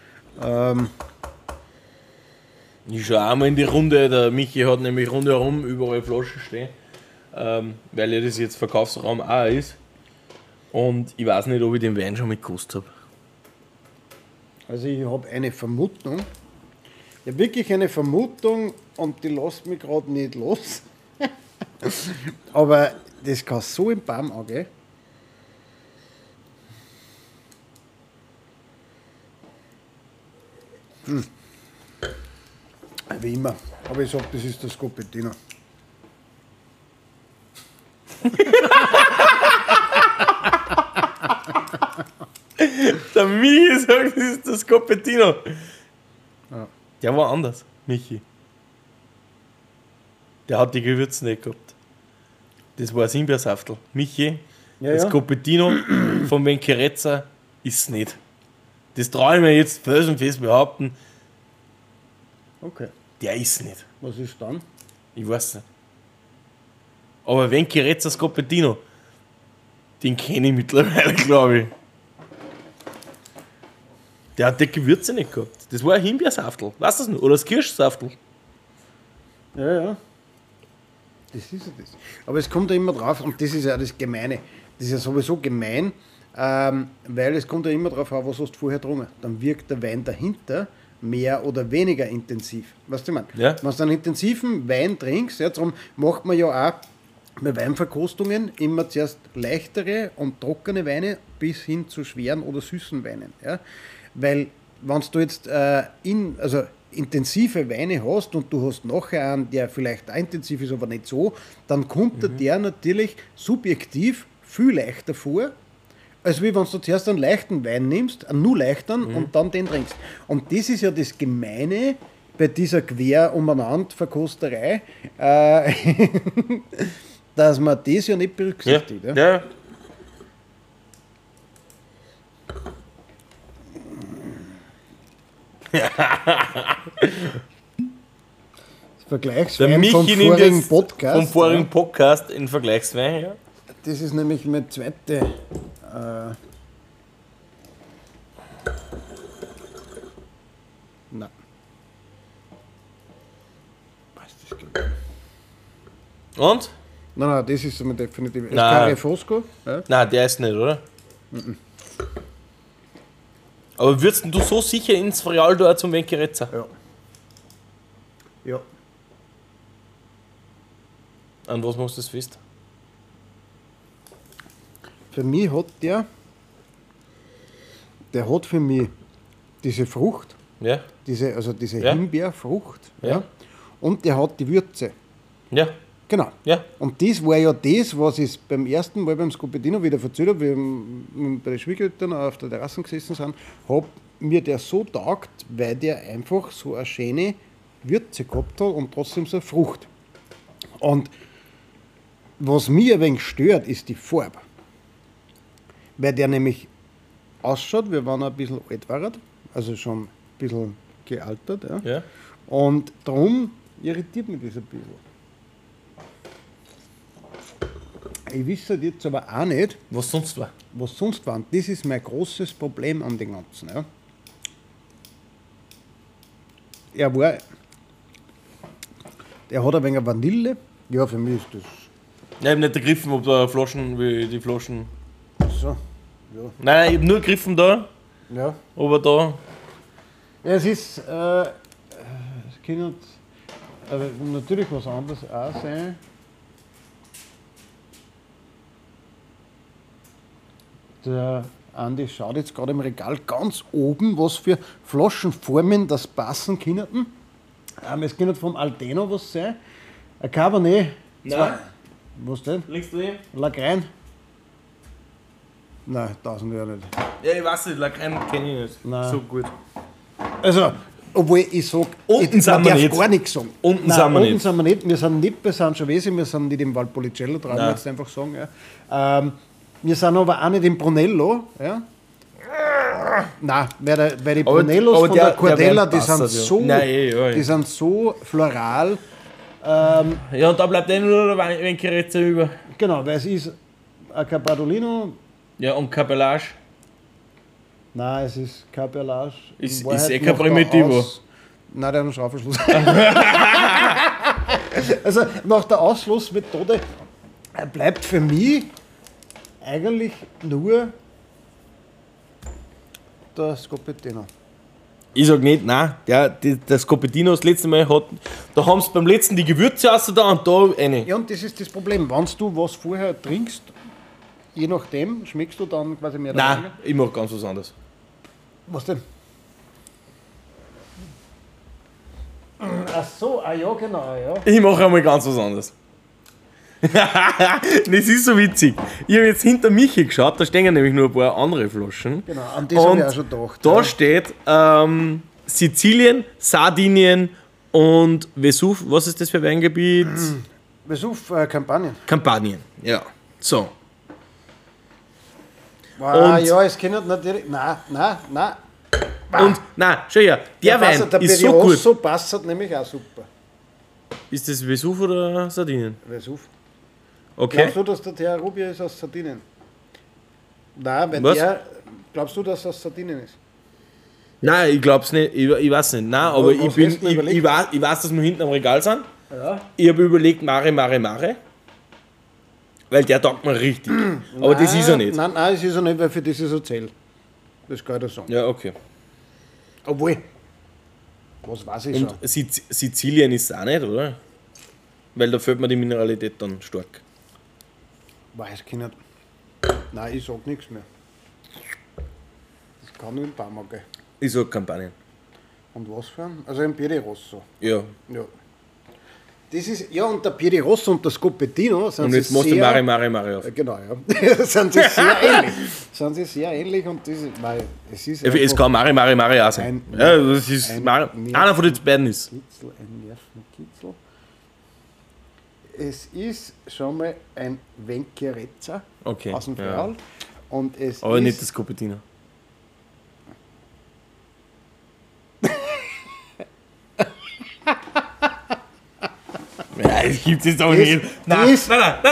[SPEAKER 2] Ich schaue einmal in die Runde, der Michi hat nämlich rundherum überall Flaschen stehen, weil ja das jetzt Verkaufsraum auch ist. Und ich weiß nicht, ob ich den Wein schon mitgekostet habe.
[SPEAKER 3] Also ich habe eine Vermutung. Ich habe wirklich eine Vermutung und die lässt mich gerade nicht los. Aber das kann so im Baum angehen. Wie immer. Aber ich sage, das ist das Scopettino.
[SPEAKER 2] Der Michi sagt, das ist das Scopettino.
[SPEAKER 3] Ja.
[SPEAKER 2] Der war anders, Michi. Der hat die Gewürze nicht gehabt. Das war ein Himbeersaftel. Michi,
[SPEAKER 3] Ja,
[SPEAKER 2] das
[SPEAKER 3] ja.
[SPEAKER 2] Scopettino von Venkerezza ist es nicht. Das traue ich mir jetzt felsenfest behaupten,
[SPEAKER 3] Okay.
[SPEAKER 2] der ist es nicht.
[SPEAKER 3] Was ist dann?
[SPEAKER 2] Ich weiß nicht. Aber Venkerezza Scopettino, den kenne ich mittlerweile, glaube ich. Der hat die Gewürze nicht gehabt. Das war ein Himbeersaftel. Weißt du das noch? Oder das Kirschsaftel.
[SPEAKER 3] Ja, ja. Das ist ja das. Aber es kommt ja immer drauf, und das ist ja das Gemeine. Das ist ja sowieso gemein, weil es kommt ja immer drauf an, was hast du vorher getrunken. Dann wirkt der Wein dahinter mehr oder weniger intensiv. Weißt du, ich meine?
[SPEAKER 2] Ja.
[SPEAKER 3] Wenn du einen intensiven Wein trinkst, ja, darum macht man ja auch bei Weinverkostungen immer zuerst leichtere und trockene Weine bis hin zu schweren oder süßen Weinen. Ja? Weil, wenn du jetzt intensive Weine hast und du hast nachher einen, der vielleicht auch intensiv ist, aber nicht so, dann kommt der natürlich subjektiv viel leichter vor, als wie wenn du zuerst einen leichten Wein nimmst, einen nur leichteren und dann den trinkst. Und das ist ja das Gemeine bei dieser Quer-umeinander-Verkosterei, dass man das ja nicht berücksichtigt. Ja.
[SPEAKER 2] Ja.
[SPEAKER 3] Das Vergleichswein
[SPEAKER 2] Der
[SPEAKER 3] vom
[SPEAKER 2] Michi nimmt
[SPEAKER 3] vorigen
[SPEAKER 2] jetzt
[SPEAKER 3] Podcast.
[SPEAKER 2] vom vorigen Podcast in Vergleichswein, ja.
[SPEAKER 3] Das ist nämlich meine zweite. Nein. Was ist das gewesen?
[SPEAKER 2] Und?
[SPEAKER 3] Nein, das ist aber definitiv.
[SPEAKER 2] Nein.
[SPEAKER 3] Escare Fosco. Ja?
[SPEAKER 2] Nein, der ist nicht, oder? Aber würdest du so sicher ins Frial da zum Venkerezza?
[SPEAKER 3] Ja. Ja.
[SPEAKER 2] An was machst du das fest?
[SPEAKER 3] Für mich hat der hat für mich diese Frucht,
[SPEAKER 2] Ja?
[SPEAKER 3] diese
[SPEAKER 2] Ja.
[SPEAKER 3] Himbeerfrucht,
[SPEAKER 2] Ja.
[SPEAKER 3] und der hat die Würze.
[SPEAKER 2] Ja?
[SPEAKER 3] Genau.
[SPEAKER 2] Ja?
[SPEAKER 3] Und das war ja das, was ich beim ersten Mal beim Scopettino wieder erzählt habe, wie wir bei den Schwiegereltern auf der Terrasse gesessen sind, hat mir der so taugt, weil der einfach so eine schöne Würze gehabt hat und trotzdem so eine Frucht. Und was mich ein wenig stört, ist die Farbe. Weil der nämlich ausschaut, wie wenn er ein bisschen alt war, also schon ein bisschen gealtert. Ja.
[SPEAKER 2] Ja?
[SPEAKER 3] Und darum irritiert mich das ein bisschen. Ich wüsste jetzt aber auch nicht,
[SPEAKER 2] Was sonst war?
[SPEAKER 3] was sonst war. Und das ist mein großes Problem an den Ganzen. Ja. Der hat ein wenig Vanille. Ja, für mich ist das
[SPEAKER 2] Ich habe nicht gegriffen, ob da Flaschen, wie die Flaschen.
[SPEAKER 3] so.
[SPEAKER 2] Nein, ich habe nur gegriffen da,
[SPEAKER 3] Ja.
[SPEAKER 2] aber da.
[SPEAKER 3] Ja, es ist, es kann natürlich was anderes auch sein. Der Andi schaut jetzt gerade im Regal ganz oben, was für Flaschenformen das passen könnten. Es könnte vom Alteno was sein. Ein Cabernet.
[SPEAKER 2] Nein.
[SPEAKER 3] Was denn?
[SPEAKER 2] Links daneben?
[SPEAKER 3] Lagrein. Nein, 1000 Jahre nicht.
[SPEAKER 2] Ja, ich weiß nicht, Lagrein kenne ich nicht
[SPEAKER 3] Nein.
[SPEAKER 2] so gut.
[SPEAKER 3] Also, obwohl ich sage,
[SPEAKER 2] Unten
[SPEAKER 3] ich
[SPEAKER 2] sind wir
[SPEAKER 3] darf
[SPEAKER 2] nicht.
[SPEAKER 3] gar nichts sagen.
[SPEAKER 2] Unten
[SPEAKER 3] Nein,
[SPEAKER 2] sind wir
[SPEAKER 3] unten
[SPEAKER 2] nicht.
[SPEAKER 3] sind wir nicht. Wir sind nicht bei Sangiovese, wir sind nicht im Valpolicella dran,
[SPEAKER 2] Nein.
[SPEAKER 3] jetzt einfach sagen. Ja. Wir sind aber auch nicht im Brunello. Ja. Nein, weil die Brunellos
[SPEAKER 2] aber
[SPEAKER 3] von der
[SPEAKER 2] der
[SPEAKER 3] Cordella,
[SPEAKER 2] Wein
[SPEAKER 3] die
[SPEAKER 2] passt
[SPEAKER 3] sind,
[SPEAKER 2] ja.
[SPEAKER 3] so,
[SPEAKER 2] Nein, ja.
[SPEAKER 3] die sind so floral.
[SPEAKER 2] Ja, und da bleibt nur der Weinkerezza über.
[SPEAKER 3] Genau, weil es ist ein Capardolino.
[SPEAKER 2] Ja, und Capellage.
[SPEAKER 3] Nein, es ist kein Perlage. In
[SPEAKER 2] Ist
[SPEAKER 3] Wahrheit
[SPEAKER 2] kein
[SPEAKER 3] macht er
[SPEAKER 2] Primitivo.
[SPEAKER 3] Nein, der hat einen Schraubverschluss. Also nach der Ausschlussmethode bleibt für mich eigentlich nur der Scopettino.
[SPEAKER 2] Ich sag nicht, nein. Der Scopettino das letzte Mal hat. Da haben sie beim letzten die Gewürze aus da und da eine.
[SPEAKER 3] Ja, und das ist das Problem. Wenn du was vorher trinkst, je nachdem, schmeckst du dann quasi mehr oder
[SPEAKER 2] Nein,
[SPEAKER 3] weniger?
[SPEAKER 2] ich mach ganz was anderes.
[SPEAKER 3] Was denn? Ach so, ah ja, genau, ja.
[SPEAKER 2] Ich mache einmal ganz was anderes. Das ist so witzig. Ich habe jetzt hinter Michi geschaut, da stehen nämlich nur ein paar andere Flaschen.
[SPEAKER 3] Genau, an das habe ich auch schon gedacht.
[SPEAKER 2] Da
[SPEAKER 3] ja.
[SPEAKER 2] steht Sizilien, Sardinien und Vesuv. Was ist das für ein Weingebiet?
[SPEAKER 3] Vesuv, Kampagnen.
[SPEAKER 2] Kampanien. Ja. So.
[SPEAKER 3] Ah,
[SPEAKER 2] Und-
[SPEAKER 3] ja, es kennt natürlich. Nein.
[SPEAKER 2] Und, nein, schau her, der Wein
[SPEAKER 3] der
[SPEAKER 2] ist so gut.
[SPEAKER 3] Rosso passt nämlich auch super.
[SPEAKER 2] Ist das Vesuv oder Sardinien?
[SPEAKER 3] Vesuv.
[SPEAKER 2] Okay.
[SPEAKER 3] Glaubst du, dass der Terra Rubia ist aus Sardinien? Nein, weil
[SPEAKER 2] Was?
[SPEAKER 3] glaubst du, dass es aus Sardinien ist?
[SPEAKER 2] Nein, ich glaub's nicht. Ich weiß nicht. Nein, aber
[SPEAKER 3] Was
[SPEAKER 2] ich,
[SPEAKER 3] hast
[SPEAKER 2] bin,
[SPEAKER 3] du denn
[SPEAKER 2] ich,
[SPEAKER 3] überlegt?
[SPEAKER 2] ich weiß, dass wir hinten am Regal sind.
[SPEAKER 3] Ja.
[SPEAKER 2] Ich habe überlegt, Mare. Weil der taugt mir richtig. Aber das ist er nicht.
[SPEAKER 3] Nein, das ist er nicht, weil für das ist er zählt. Das kann ich dir sagen.
[SPEAKER 2] Ja, okay.
[SPEAKER 3] Obwohl, was weiß ich schon?
[SPEAKER 2] Und Sizilien ist es auch nicht, oder? Weil da fehlt mir die Mineralität dann stark.
[SPEAKER 3] Weiß ich nicht. Nein, ich sag nichts mehr. Das kann nur in Parma gehen.
[SPEAKER 2] Ich sag Kampanien.
[SPEAKER 3] Und was für ein? Also ein Piedi Rosso.
[SPEAKER 2] Ja.
[SPEAKER 3] Ja. Das ist, ja, und der Piedi Rosso und der Scopettino sind
[SPEAKER 2] Und
[SPEAKER 3] sie
[SPEAKER 2] jetzt machst du
[SPEAKER 3] sehr...
[SPEAKER 2] Mare auf.
[SPEAKER 3] Genau, ja. Sind sie sehr ähnlich. Sind sie sehr ähnlich und das ist, weil es ist
[SPEAKER 2] Es
[SPEAKER 3] einfach
[SPEAKER 2] kann Mare auch sein.
[SPEAKER 3] Ein-
[SPEAKER 2] Ja, das ist
[SPEAKER 3] ein-
[SPEAKER 2] einer von den beiden ist.
[SPEAKER 3] Kitzel, ein Nervenkitzel. Es ist schon mal ein Venkerezza
[SPEAKER 2] Okay.
[SPEAKER 3] aus dem
[SPEAKER 2] Ja.
[SPEAKER 3] Ferl. Und es
[SPEAKER 2] Aber
[SPEAKER 3] ist
[SPEAKER 2] nicht das Cupertino. Ja, das gibt es doch nicht. Nein. Das ist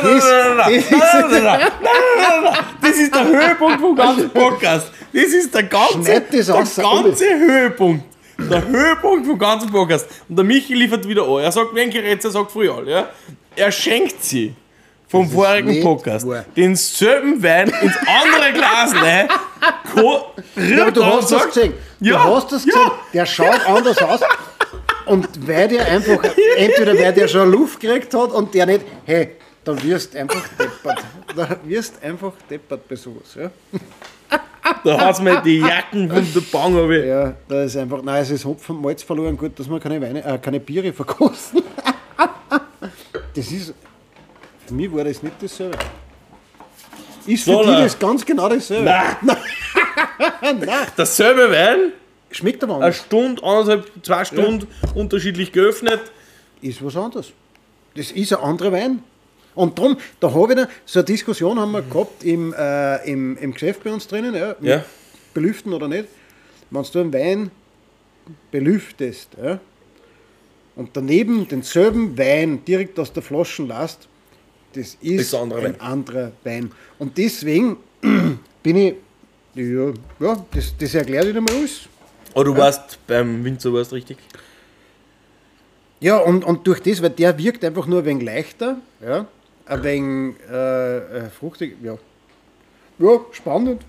[SPEAKER 2] der Höhepunkt vom ganzen Podcast. Das ist der
[SPEAKER 3] Schneid das aus,
[SPEAKER 2] ganze Höhepunkt. Der Höhepunkt vom ganzen Podcast. Und der Michi liefert wieder an. Er sagt, wenn Gerät, er sagt früher, ja. Er schenkt sie vom
[SPEAKER 3] ist
[SPEAKER 2] vorigen
[SPEAKER 3] nicht
[SPEAKER 2] Podcast
[SPEAKER 3] wahr.
[SPEAKER 2] denselben Wein ins andere Glas rein.
[SPEAKER 3] Ja, aber du hast das gesehen.
[SPEAKER 2] Ja,
[SPEAKER 3] Du hast das gesehen. Der schaut anders aus. Und weil der einfach, entweder weil der schon Luft gekriegt hat und der nicht, hey, da wirst einfach deppert. Da wirst einfach deppert bei sowas. Ja,
[SPEAKER 2] Da hat mir die Jacken von der Bang runter.
[SPEAKER 3] ja, da ist einfach, nein, es ist Hopfen und Malz verloren. Gut, dass wir keine Weine, keine Biere verkosten. Das ist, für mich war das nicht dasselbe. Ist für
[SPEAKER 2] So,
[SPEAKER 3] die
[SPEAKER 2] nein.
[SPEAKER 3] das ganz genau dasselbe.
[SPEAKER 2] Nein. Dasselbe Wein,
[SPEAKER 3] Schmeckt aber
[SPEAKER 2] eine
[SPEAKER 3] anders.
[SPEAKER 2] Stunde, 1,5, 2 Stunden unterschiedlich geöffnet.
[SPEAKER 3] Ist was anderes. Das ist ein anderer Wein. Und darum, da habe ich da, so eine Diskussion haben wir gehabt im Geschäft bei uns drinnen, ja, mit
[SPEAKER 2] Ja.
[SPEAKER 3] belüften oder nicht. Wenn du einen Wein belüftest, ja, und daneben denselben Wein direkt aus der Flasche lässt, das ist
[SPEAKER 2] ein anderer
[SPEAKER 3] ein
[SPEAKER 2] Wein.
[SPEAKER 3] anderer Wein. Und deswegen bin ich, ja, das erklärt wieder mal alles.
[SPEAKER 2] Aber du warst beim Winzer warst richtig.
[SPEAKER 3] Ja, und durch das, weil der wirkt einfach nur ein wenig leichter, ja, ein wenig fruchtig, ja. Ja, spannend.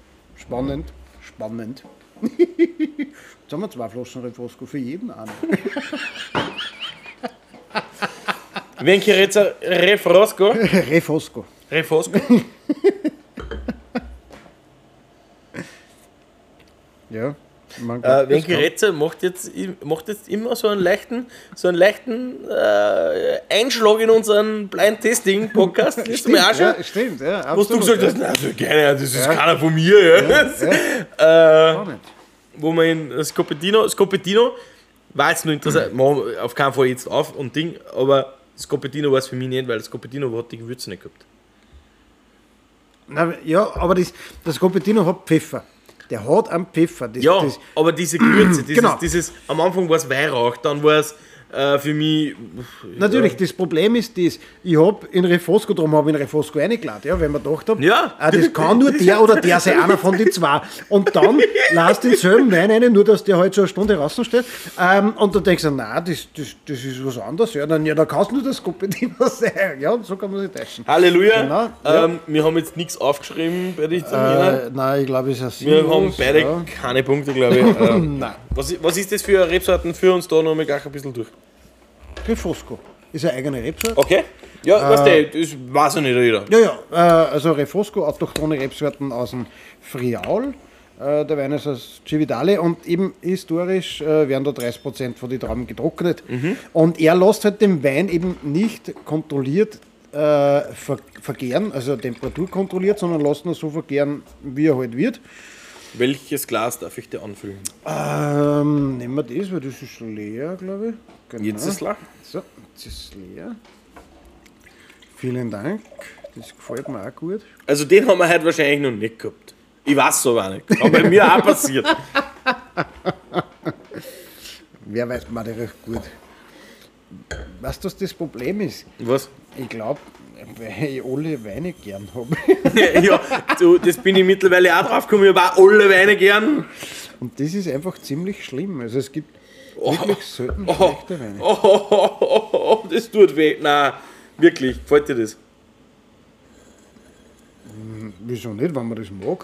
[SPEAKER 3] Jetzt haben wir 2 Flaschen Refosco für jeden einen.
[SPEAKER 2] Venkerezza Refosco.
[SPEAKER 3] Refosco.
[SPEAKER 2] Refosco.
[SPEAKER 3] Ja.
[SPEAKER 2] Wenke Retzer macht jetzt immer so einen leichten Einschlag in unseren Blind Testing Podcast.
[SPEAKER 3] Stimmt, mir auch schon. Ja, stimmt, ja, absolut.
[SPEAKER 2] Was du gesagt hast, also gerne, das ist keiner von mir. Ja. Wo man in Scoppettino war jetzt nur interessant, auf keinen Fall jetzt auf und Ding, aber Scoppettino war es für mich nicht, weil das Scoppettino hat die Gewürze nicht gehabt.
[SPEAKER 3] Na, ja, aber das Scoppettino hat Pfeffer. Der hat einen Pfeffer.
[SPEAKER 2] Aber diese Gewürze,
[SPEAKER 3] genau.
[SPEAKER 2] Am Anfang war es Weihrauch, dann war es für mich...
[SPEAKER 3] Natürlich, das Problem ist das, ich habe in Refosco reingeladen, ja, weil man gedacht habe, das kann nur der oder der sein, einer von den zwei. Und dann lasst denselben Wein rein, nur dass der halt schon eine Stunde draußen steht. Und dann denkst du, nein, das ist was anderes. Ja, dann kannst du nur das Scoppettino sein. Ja, so kann man sich täuschen.
[SPEAKER 2] Halleluja.
[SPEAKER 3] Genau, ja.
[SPEAKER 2] Wir haben jetzt nichts aufgeschrieben bei dich.
[SPEAKER 3] Nein, ich glaube, es ist
[SPEAKER 2] wir haben beide keine Punkte, glaube ich. Nein. Was ist das für Rebsorten? Führ uns da noch mal gleich ein bisschen durch.
[SPEAKER 3] Refosco ist eine eigene Rebsorte.
[SPEAKER 2] Okay. Ja, das weiß ja nicht jeder.
[SPEAKER 3] Ja, also Refosco, autochthone Rebsorten aus dem Friaul. Der Wein ist aus Cividale und eben historisch werden da 30% von den Trauben getrocknet. Und er lässt halt den Wein eben nicht kontrolliert vergären, also Temperatur kontrolliert, sondern lässt ihn so vergären, wie er halt wird.
[SPEAKER 2] Welches Glas darf ich dir anfüllen?
[SPEAKER 3] Nehmen wir das, weil das ist leer, glaube ich. Genau.
[SPEAKER 2] Jetzt ist es leer.
[SPEAKER 3] So, jetzt ist es leer. Vielen Dank, das gefällt mir auch gut.
[SPEAKER 2] Also den haben wir heute wahrscheinlich noch nicht gehabt. Ich weiß es aber auch nicht. Aber bei mir auch passiert.
[SPEAKER 3] Wer weiß man das recht gut. Weißt du, was das Problem ist?
[SPEAKER 2] Was?
[SPEAKER 3] Ich glaube, weil ich alle Weine gern habe.
[SPEAKER 2] Ja, das bin ich mittlerweile auch drauf gekommen. Ich habe auch alle Weine gern.
[SPEAKER 3] Und das ist einfach ziemlich schlimm. Also es gibt wirklich selten schlechte Weine.
[SPEAKER 2] Das tut weh. Nein, wirklich. Gefällt dir das?
[SPEAKER 3] Wieso nicht, wenn man das mag?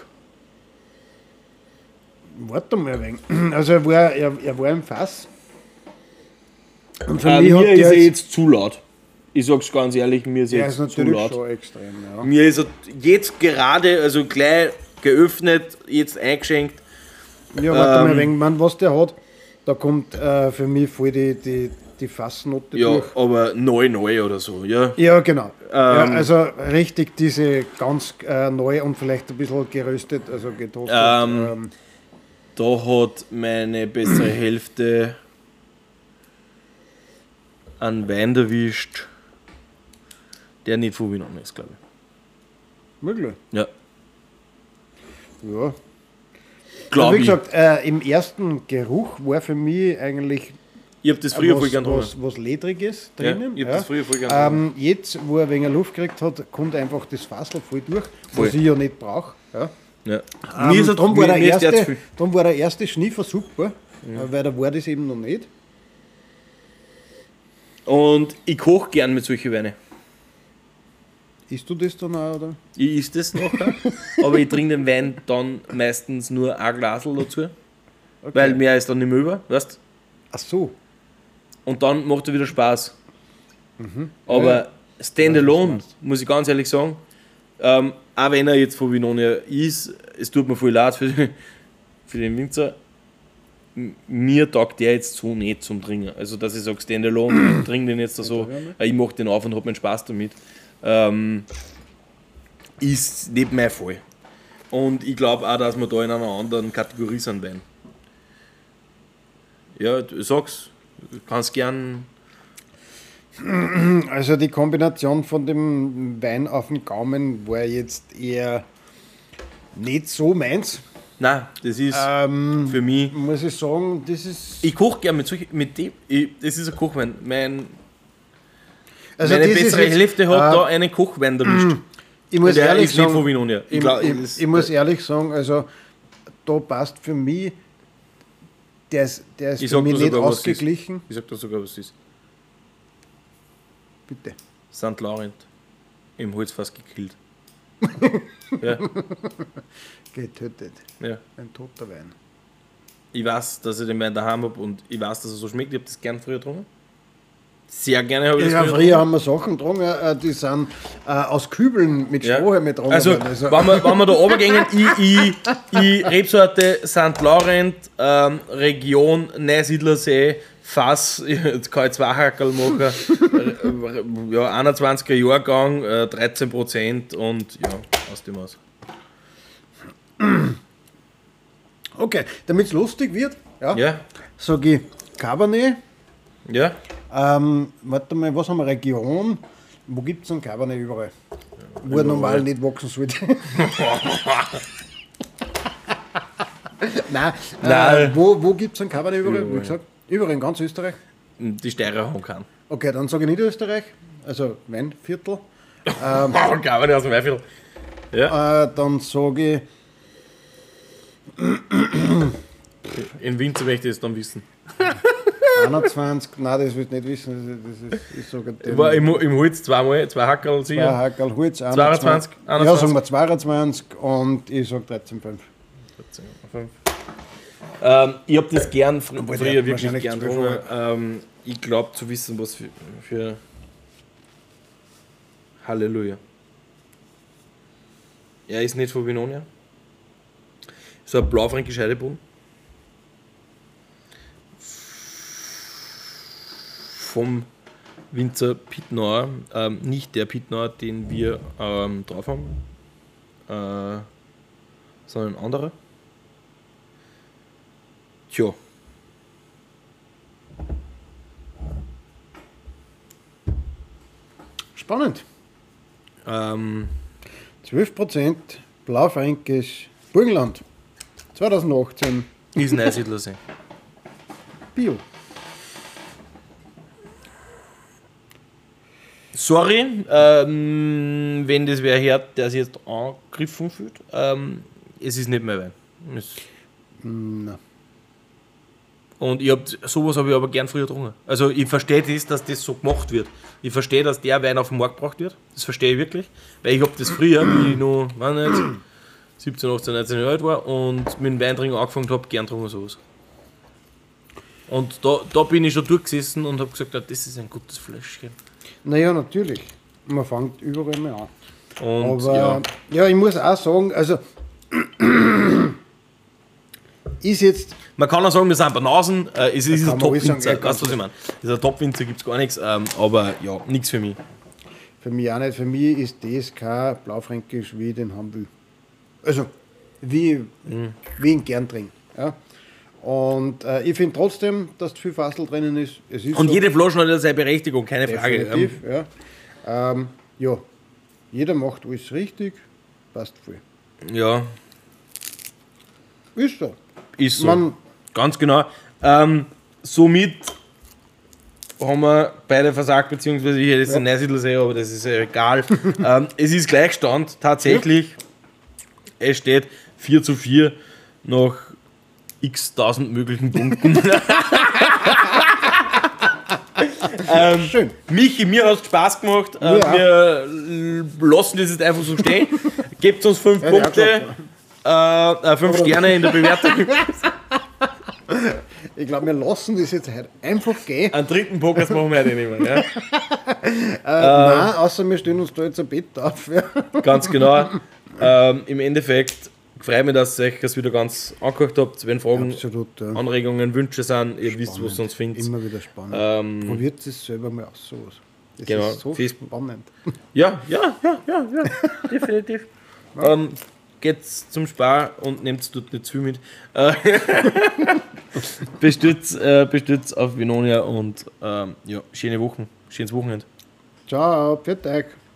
[SPEAKER 3] Warte mal ein wenig. Also er war im Fass. Und für mich
[SPEAKER 2] mir ist er jetzt zu laut. Ich sag's ganz ehrlich, mir ist jetzt
[SPEAKER 3] ist
[SPEAKER 2] zu laut.
[SPEAKER 3] Schon extrem, ja.
[SPEAKER 2] Mir ist er jetzt gerade, also gleich geöffnet, jetzt eingeschenkt.
[SPEAKER 3] Ja, warte mal ein wenig, was der hat. Da kommt für mich voll die Fassnote durch.
[SPEAKER 2] Ja, aber neu oder so, ja.
[SPEAKER 3] Ja, genau. Ja, also richtig diese ganz neu und vielleicht ein bisschen geröstet, also getoastet.
[SPEAKER 2] Da hat meine bessere Hälfte einen Wein erwischt, der nicht von Wien ist, glaube ich.
[SPEAKER 3] Möglich?
[SPEAKER 2] Ja.
[SPEAKER 3] Ja.
[SPEAKER 2] Glaube
[SPEAKER 3] ich. Wie gesagt, im ersten Geruch war für mich eigentlich
[SPEAKER 2] ich habe das früher voll gern
[SPEAKER 3] was Ledriges drinnen.
[SPEAKER 2] Ja, ich habe das früher voll gern
[SPEAKER 3] jetzt, wo er ein wenig Luft gekriegt hat, kommt einfach das Fassel voll durch, was ich ja nicht brauche. Ja.
[SPEAKER 2] Ja.
[SPEAKER 3] Darum war der erste Schniffer super, weil da war das eben noch nicht.
[SPEAKER 2] Und ich koche gern mit solchen Weinen.
[SPEAKER 3] Isst du das dann auch, oder?
[SPEAKER 2] Ich isst das nachher, aber ich trinke den Wein dann meistens nur ein Glasl dazu, weil mehr ist dann nicht mehr über, weißt du?
[SPEAKER 3] Ach so.
[SPEAKER 2] Und dann macht er wieder Spaß. Aber standalone, muss ich ganz ehrlich sagen, auch wenn er jetzt von Vinonia ist, es tut mir voll leid für den Winzer, mir taugt der jetzt so nicht zum Trinken. Also, dass ich sage, standalone, ich trinke den jetzt da so, ich mache den auf und habe meinen Spaß damit. Ist nicht mein Fall. Und ich glaube auch, dass wir da in einer anderen Kategorie sind werden. Ja, du sag's, du kannst gern.
[SPEAKER 3] Also die Kombination von dem Wein auf den Gaumen war jetzt eher nicht so meins.
[SPEAKER 2] Nein, das ist für mich.
[SPEAKER 3] Muss ich sagen, das ist.
[SPEAKER 2] Ich koche gerne mit dem. Das ist ein Kochwein. Meine
[SPEAKER 3] jetzt,
[SPEAKER 2] bessere Hälfte hat da einen Kochwein erwischt.
[SPEAKER 3] Ich muss ehrlich sagen,
[SPEAKER 2] nicht von Vinonia.
[SPEAKER 3] Ich muss ehrlich sagen, also da passt für mich, der ist für mich nicht ausgeglichen.
[SPEAKER 2] Ich sag da sogar, was es ist.
[SPEAKER 3] Bitte.
[SPEAKER 2] St. Laurent. Im Holzfass gekillt. Ja.
[SPEAKER 3] Getötet.
[SPEAKER 2] Ja.
[SPEAKER 3] Ein toter Wein.
[SPEAKER 2] Ich weiß, dass ich den Wein daheim habe und ich weiß, dass er so schmeckt. Ich habe das gern früher getrunken. Sehr gerne habe ich
[SPEAKER 3] Ja,
[SPEAKER 2] das
[SPEAKER 3] früher haben wir Sachen getrunken, die sind aus Kübeln mit Strohhalme getrunken
[SPEAKER 2] Also,
[SPEAKER 3] worden.
[SPEAKER 2] wenn wir da runtergehen, ich Rebsorte St. Laurent, Region Neusiedlersee, Fass, jetzt kann ich 2 Hackerl machen, ja, 21er Jahrgang, 13% und ja, aus dem aus.
[SPEAKER 3] Okay, damit es lustig wird,
[SPEAKER 2] Ja,
[SPEAKER 3] sage ich Cabernet.
[SPEAKER 2] ja.
[SPEAKER 3] Warte mal, was haben wir? Region? Wo gibt es einen Cabernet überall? Wo er normal nicht wachsen sollte. Nein. Wo gibt es einen Cabernet überall? Wie gesagt, überall in ganz Österreich.
[SPEAKER 2] Die Steirer haben keinen.
[SPEAKER 3] Okay, dann sage ich Niederösterreich, also Weinviertel.
[SPEAKER 2] Cabernet aus dem Weinviertel. Ja.
[SPEAKER 3] Dann sage ich
[SPEAKER 2] In Winzer möchte ich es dann wissen.
[SPEAKER 3] 21, nein, das will ich nicht wissen. Das ist, ich sage
[SPEAKER 2] Ich war im Holz zweimal, 2 Hackerl sicher.
[SPEAKER 3] ja, Hackerl, Holz,
[SPEAKER 2] 22,
[SPEAKER 3] 21. Ja,
[SPEAKER 2] 21.
[SPEAKER 3] sagen wir 22 und ich sage 13,5.
[SPEAKER 2] Ich habe das gern, früher wirklich
[SPEAKER 3] wahrscheinlich
[SPEAKER 2] gern
[SPEAKER 3] 12
[SPEAKER 2] getrunken. Ich glaube zu wissen, was für Halleluja. Er ist nicht von Vinonia. So ein blaufränkischer Heideboden. Vom Winzer Pittenauer, nicht der Pittenauer, den wir drauf haben, sondern ein anderer. Tja.
[SPEAKER 3] Spannend.
[SPEAKER 2] 12%
[SPEAKER 3] 12% Blaufränkisch Burgenland. 2018
[SPEAKER 2] ist Neusiedlersee.
[SPEAKER 3] Bio.
[SPEAKER 2] Sorry, wenn das wer hört, der sich jetzt angegriffen fühlt. Es ist nicht mehr Wein.
[SPEAKER 3] Na.
[SPEAKER 2] Und sowas habe ich aber gern früher getrunken. Also ich verstehe das, dass das so gemacht wird. Ich verstehe, dass der Wein auf den Markt gebracht wird. Das verstehe ich wirklich. Weil ich habe das früher, wie ich noch, weiß nicht, 17, 18, 19 Jahre alt war und mit dem Weintrinken angefangen habe, gern getrunken sowas. Und da bin ich schon durchgesessen und habe gesagt, das ist ein gutes Fläschchen.
[SPEAKER 3] Naja, natürlich. Man fängt überall mal an.
[SPEAKER 2] Und
[SPEAKER 3] Aber ja, ich muss auch sagen, also ist jetzt.
[SPEAKER 2] Man kann auch sagen, wir sind Banasen, es ist
[SPEAKER 3] kann
[SPEAKER 2] ein
[SPEAKER 3] man ruhig sagen,
[SPEAKER 2] Top-Winzer,
[SPEAKER 3] ja,
[SPEAKER 2] weißt du, was ich meine? Das ist ein Top-Winzer, gibt es gar nichts, aber ja, nichts für mich.
[SPEAKER 3] Für mich auch nicht. Für mich ist das kein Blaufränkisch, wie ich den haben will. Also, wie ich ihn gern trinke. Ja? Und ich finde trotzdem, dass viel Fassel drinnen ist. Es ist
[SPEAKER 2] Und
[SPEAKER 3] so,
[SPEAKER 2] jede Flasche hat ja seine Berechtigung, keine Frage.
[SPEAKER 3] definitiv, ja. Ja, jeder macht alles richtig, passt voll.
[SPEAKER 2] Ja,
[SPEAKER 3] Ist so.
[SPEAKER 2] ist so.
[SPEAKER 3] Man,
[SPEAKER 2] Ganz genau. Somit haben wir beide versagt, beziehungsweise ich hätte jetzt den Neusiedlersee, aber das ist ja egal. Es ist Gleichstand, tatsächlich. Es steht 4:4 nach x tausend möglichen Punkten.
[SPEAKER 3] schön.
[SPEAKER 2] Michi, mir hat es Spaß gemacht. Wir lassen das jetzt einfach so stehen. Gebt uns 5
[SPEAKER 3] Ja,
[SPEAKER 2] Punkte, 5 Sterne in der Bewertung.
[SPEAKER 3] Ich glaube, wir lassen das jetzt heute einfach gehen.
[SPEAKER 2] Einen dritten Podcast machen wir heute nicht mehr.
[SPEAKER 3] Nein, außer wir stellen uns da jetzt ein Bett auf. Ja.
[SPEAKER 2] Ja? Ganz genau. Im Endeffekt freue mich, dass ihr euch das wieder ganz angehört habt. Wenn Fragen,
[SPEAKER 3] Absolut, ja.
[SPEAKER 2] Anregungen, Wünsche sind, ihr wisst, was ihr uns findet.
[SPEAKER 3] Immer wieder spannend. Probiert es selber mal aus, sowas. Das
[SPEAKER 2] Genau,
[SPEAKER 3] ist so
[SPEAKER 2] Facebook.
[SPEAKER 3] spannend.
[SPEAKER 2] Ja, definitiv. Geht's zum Spar und nehmt dort nicht zu viel mit. Bestützt auf Vinonia und ja, schöne Wochen, schönes Wochenende.
[SPEAKER 3] Ciao, pfiat euch.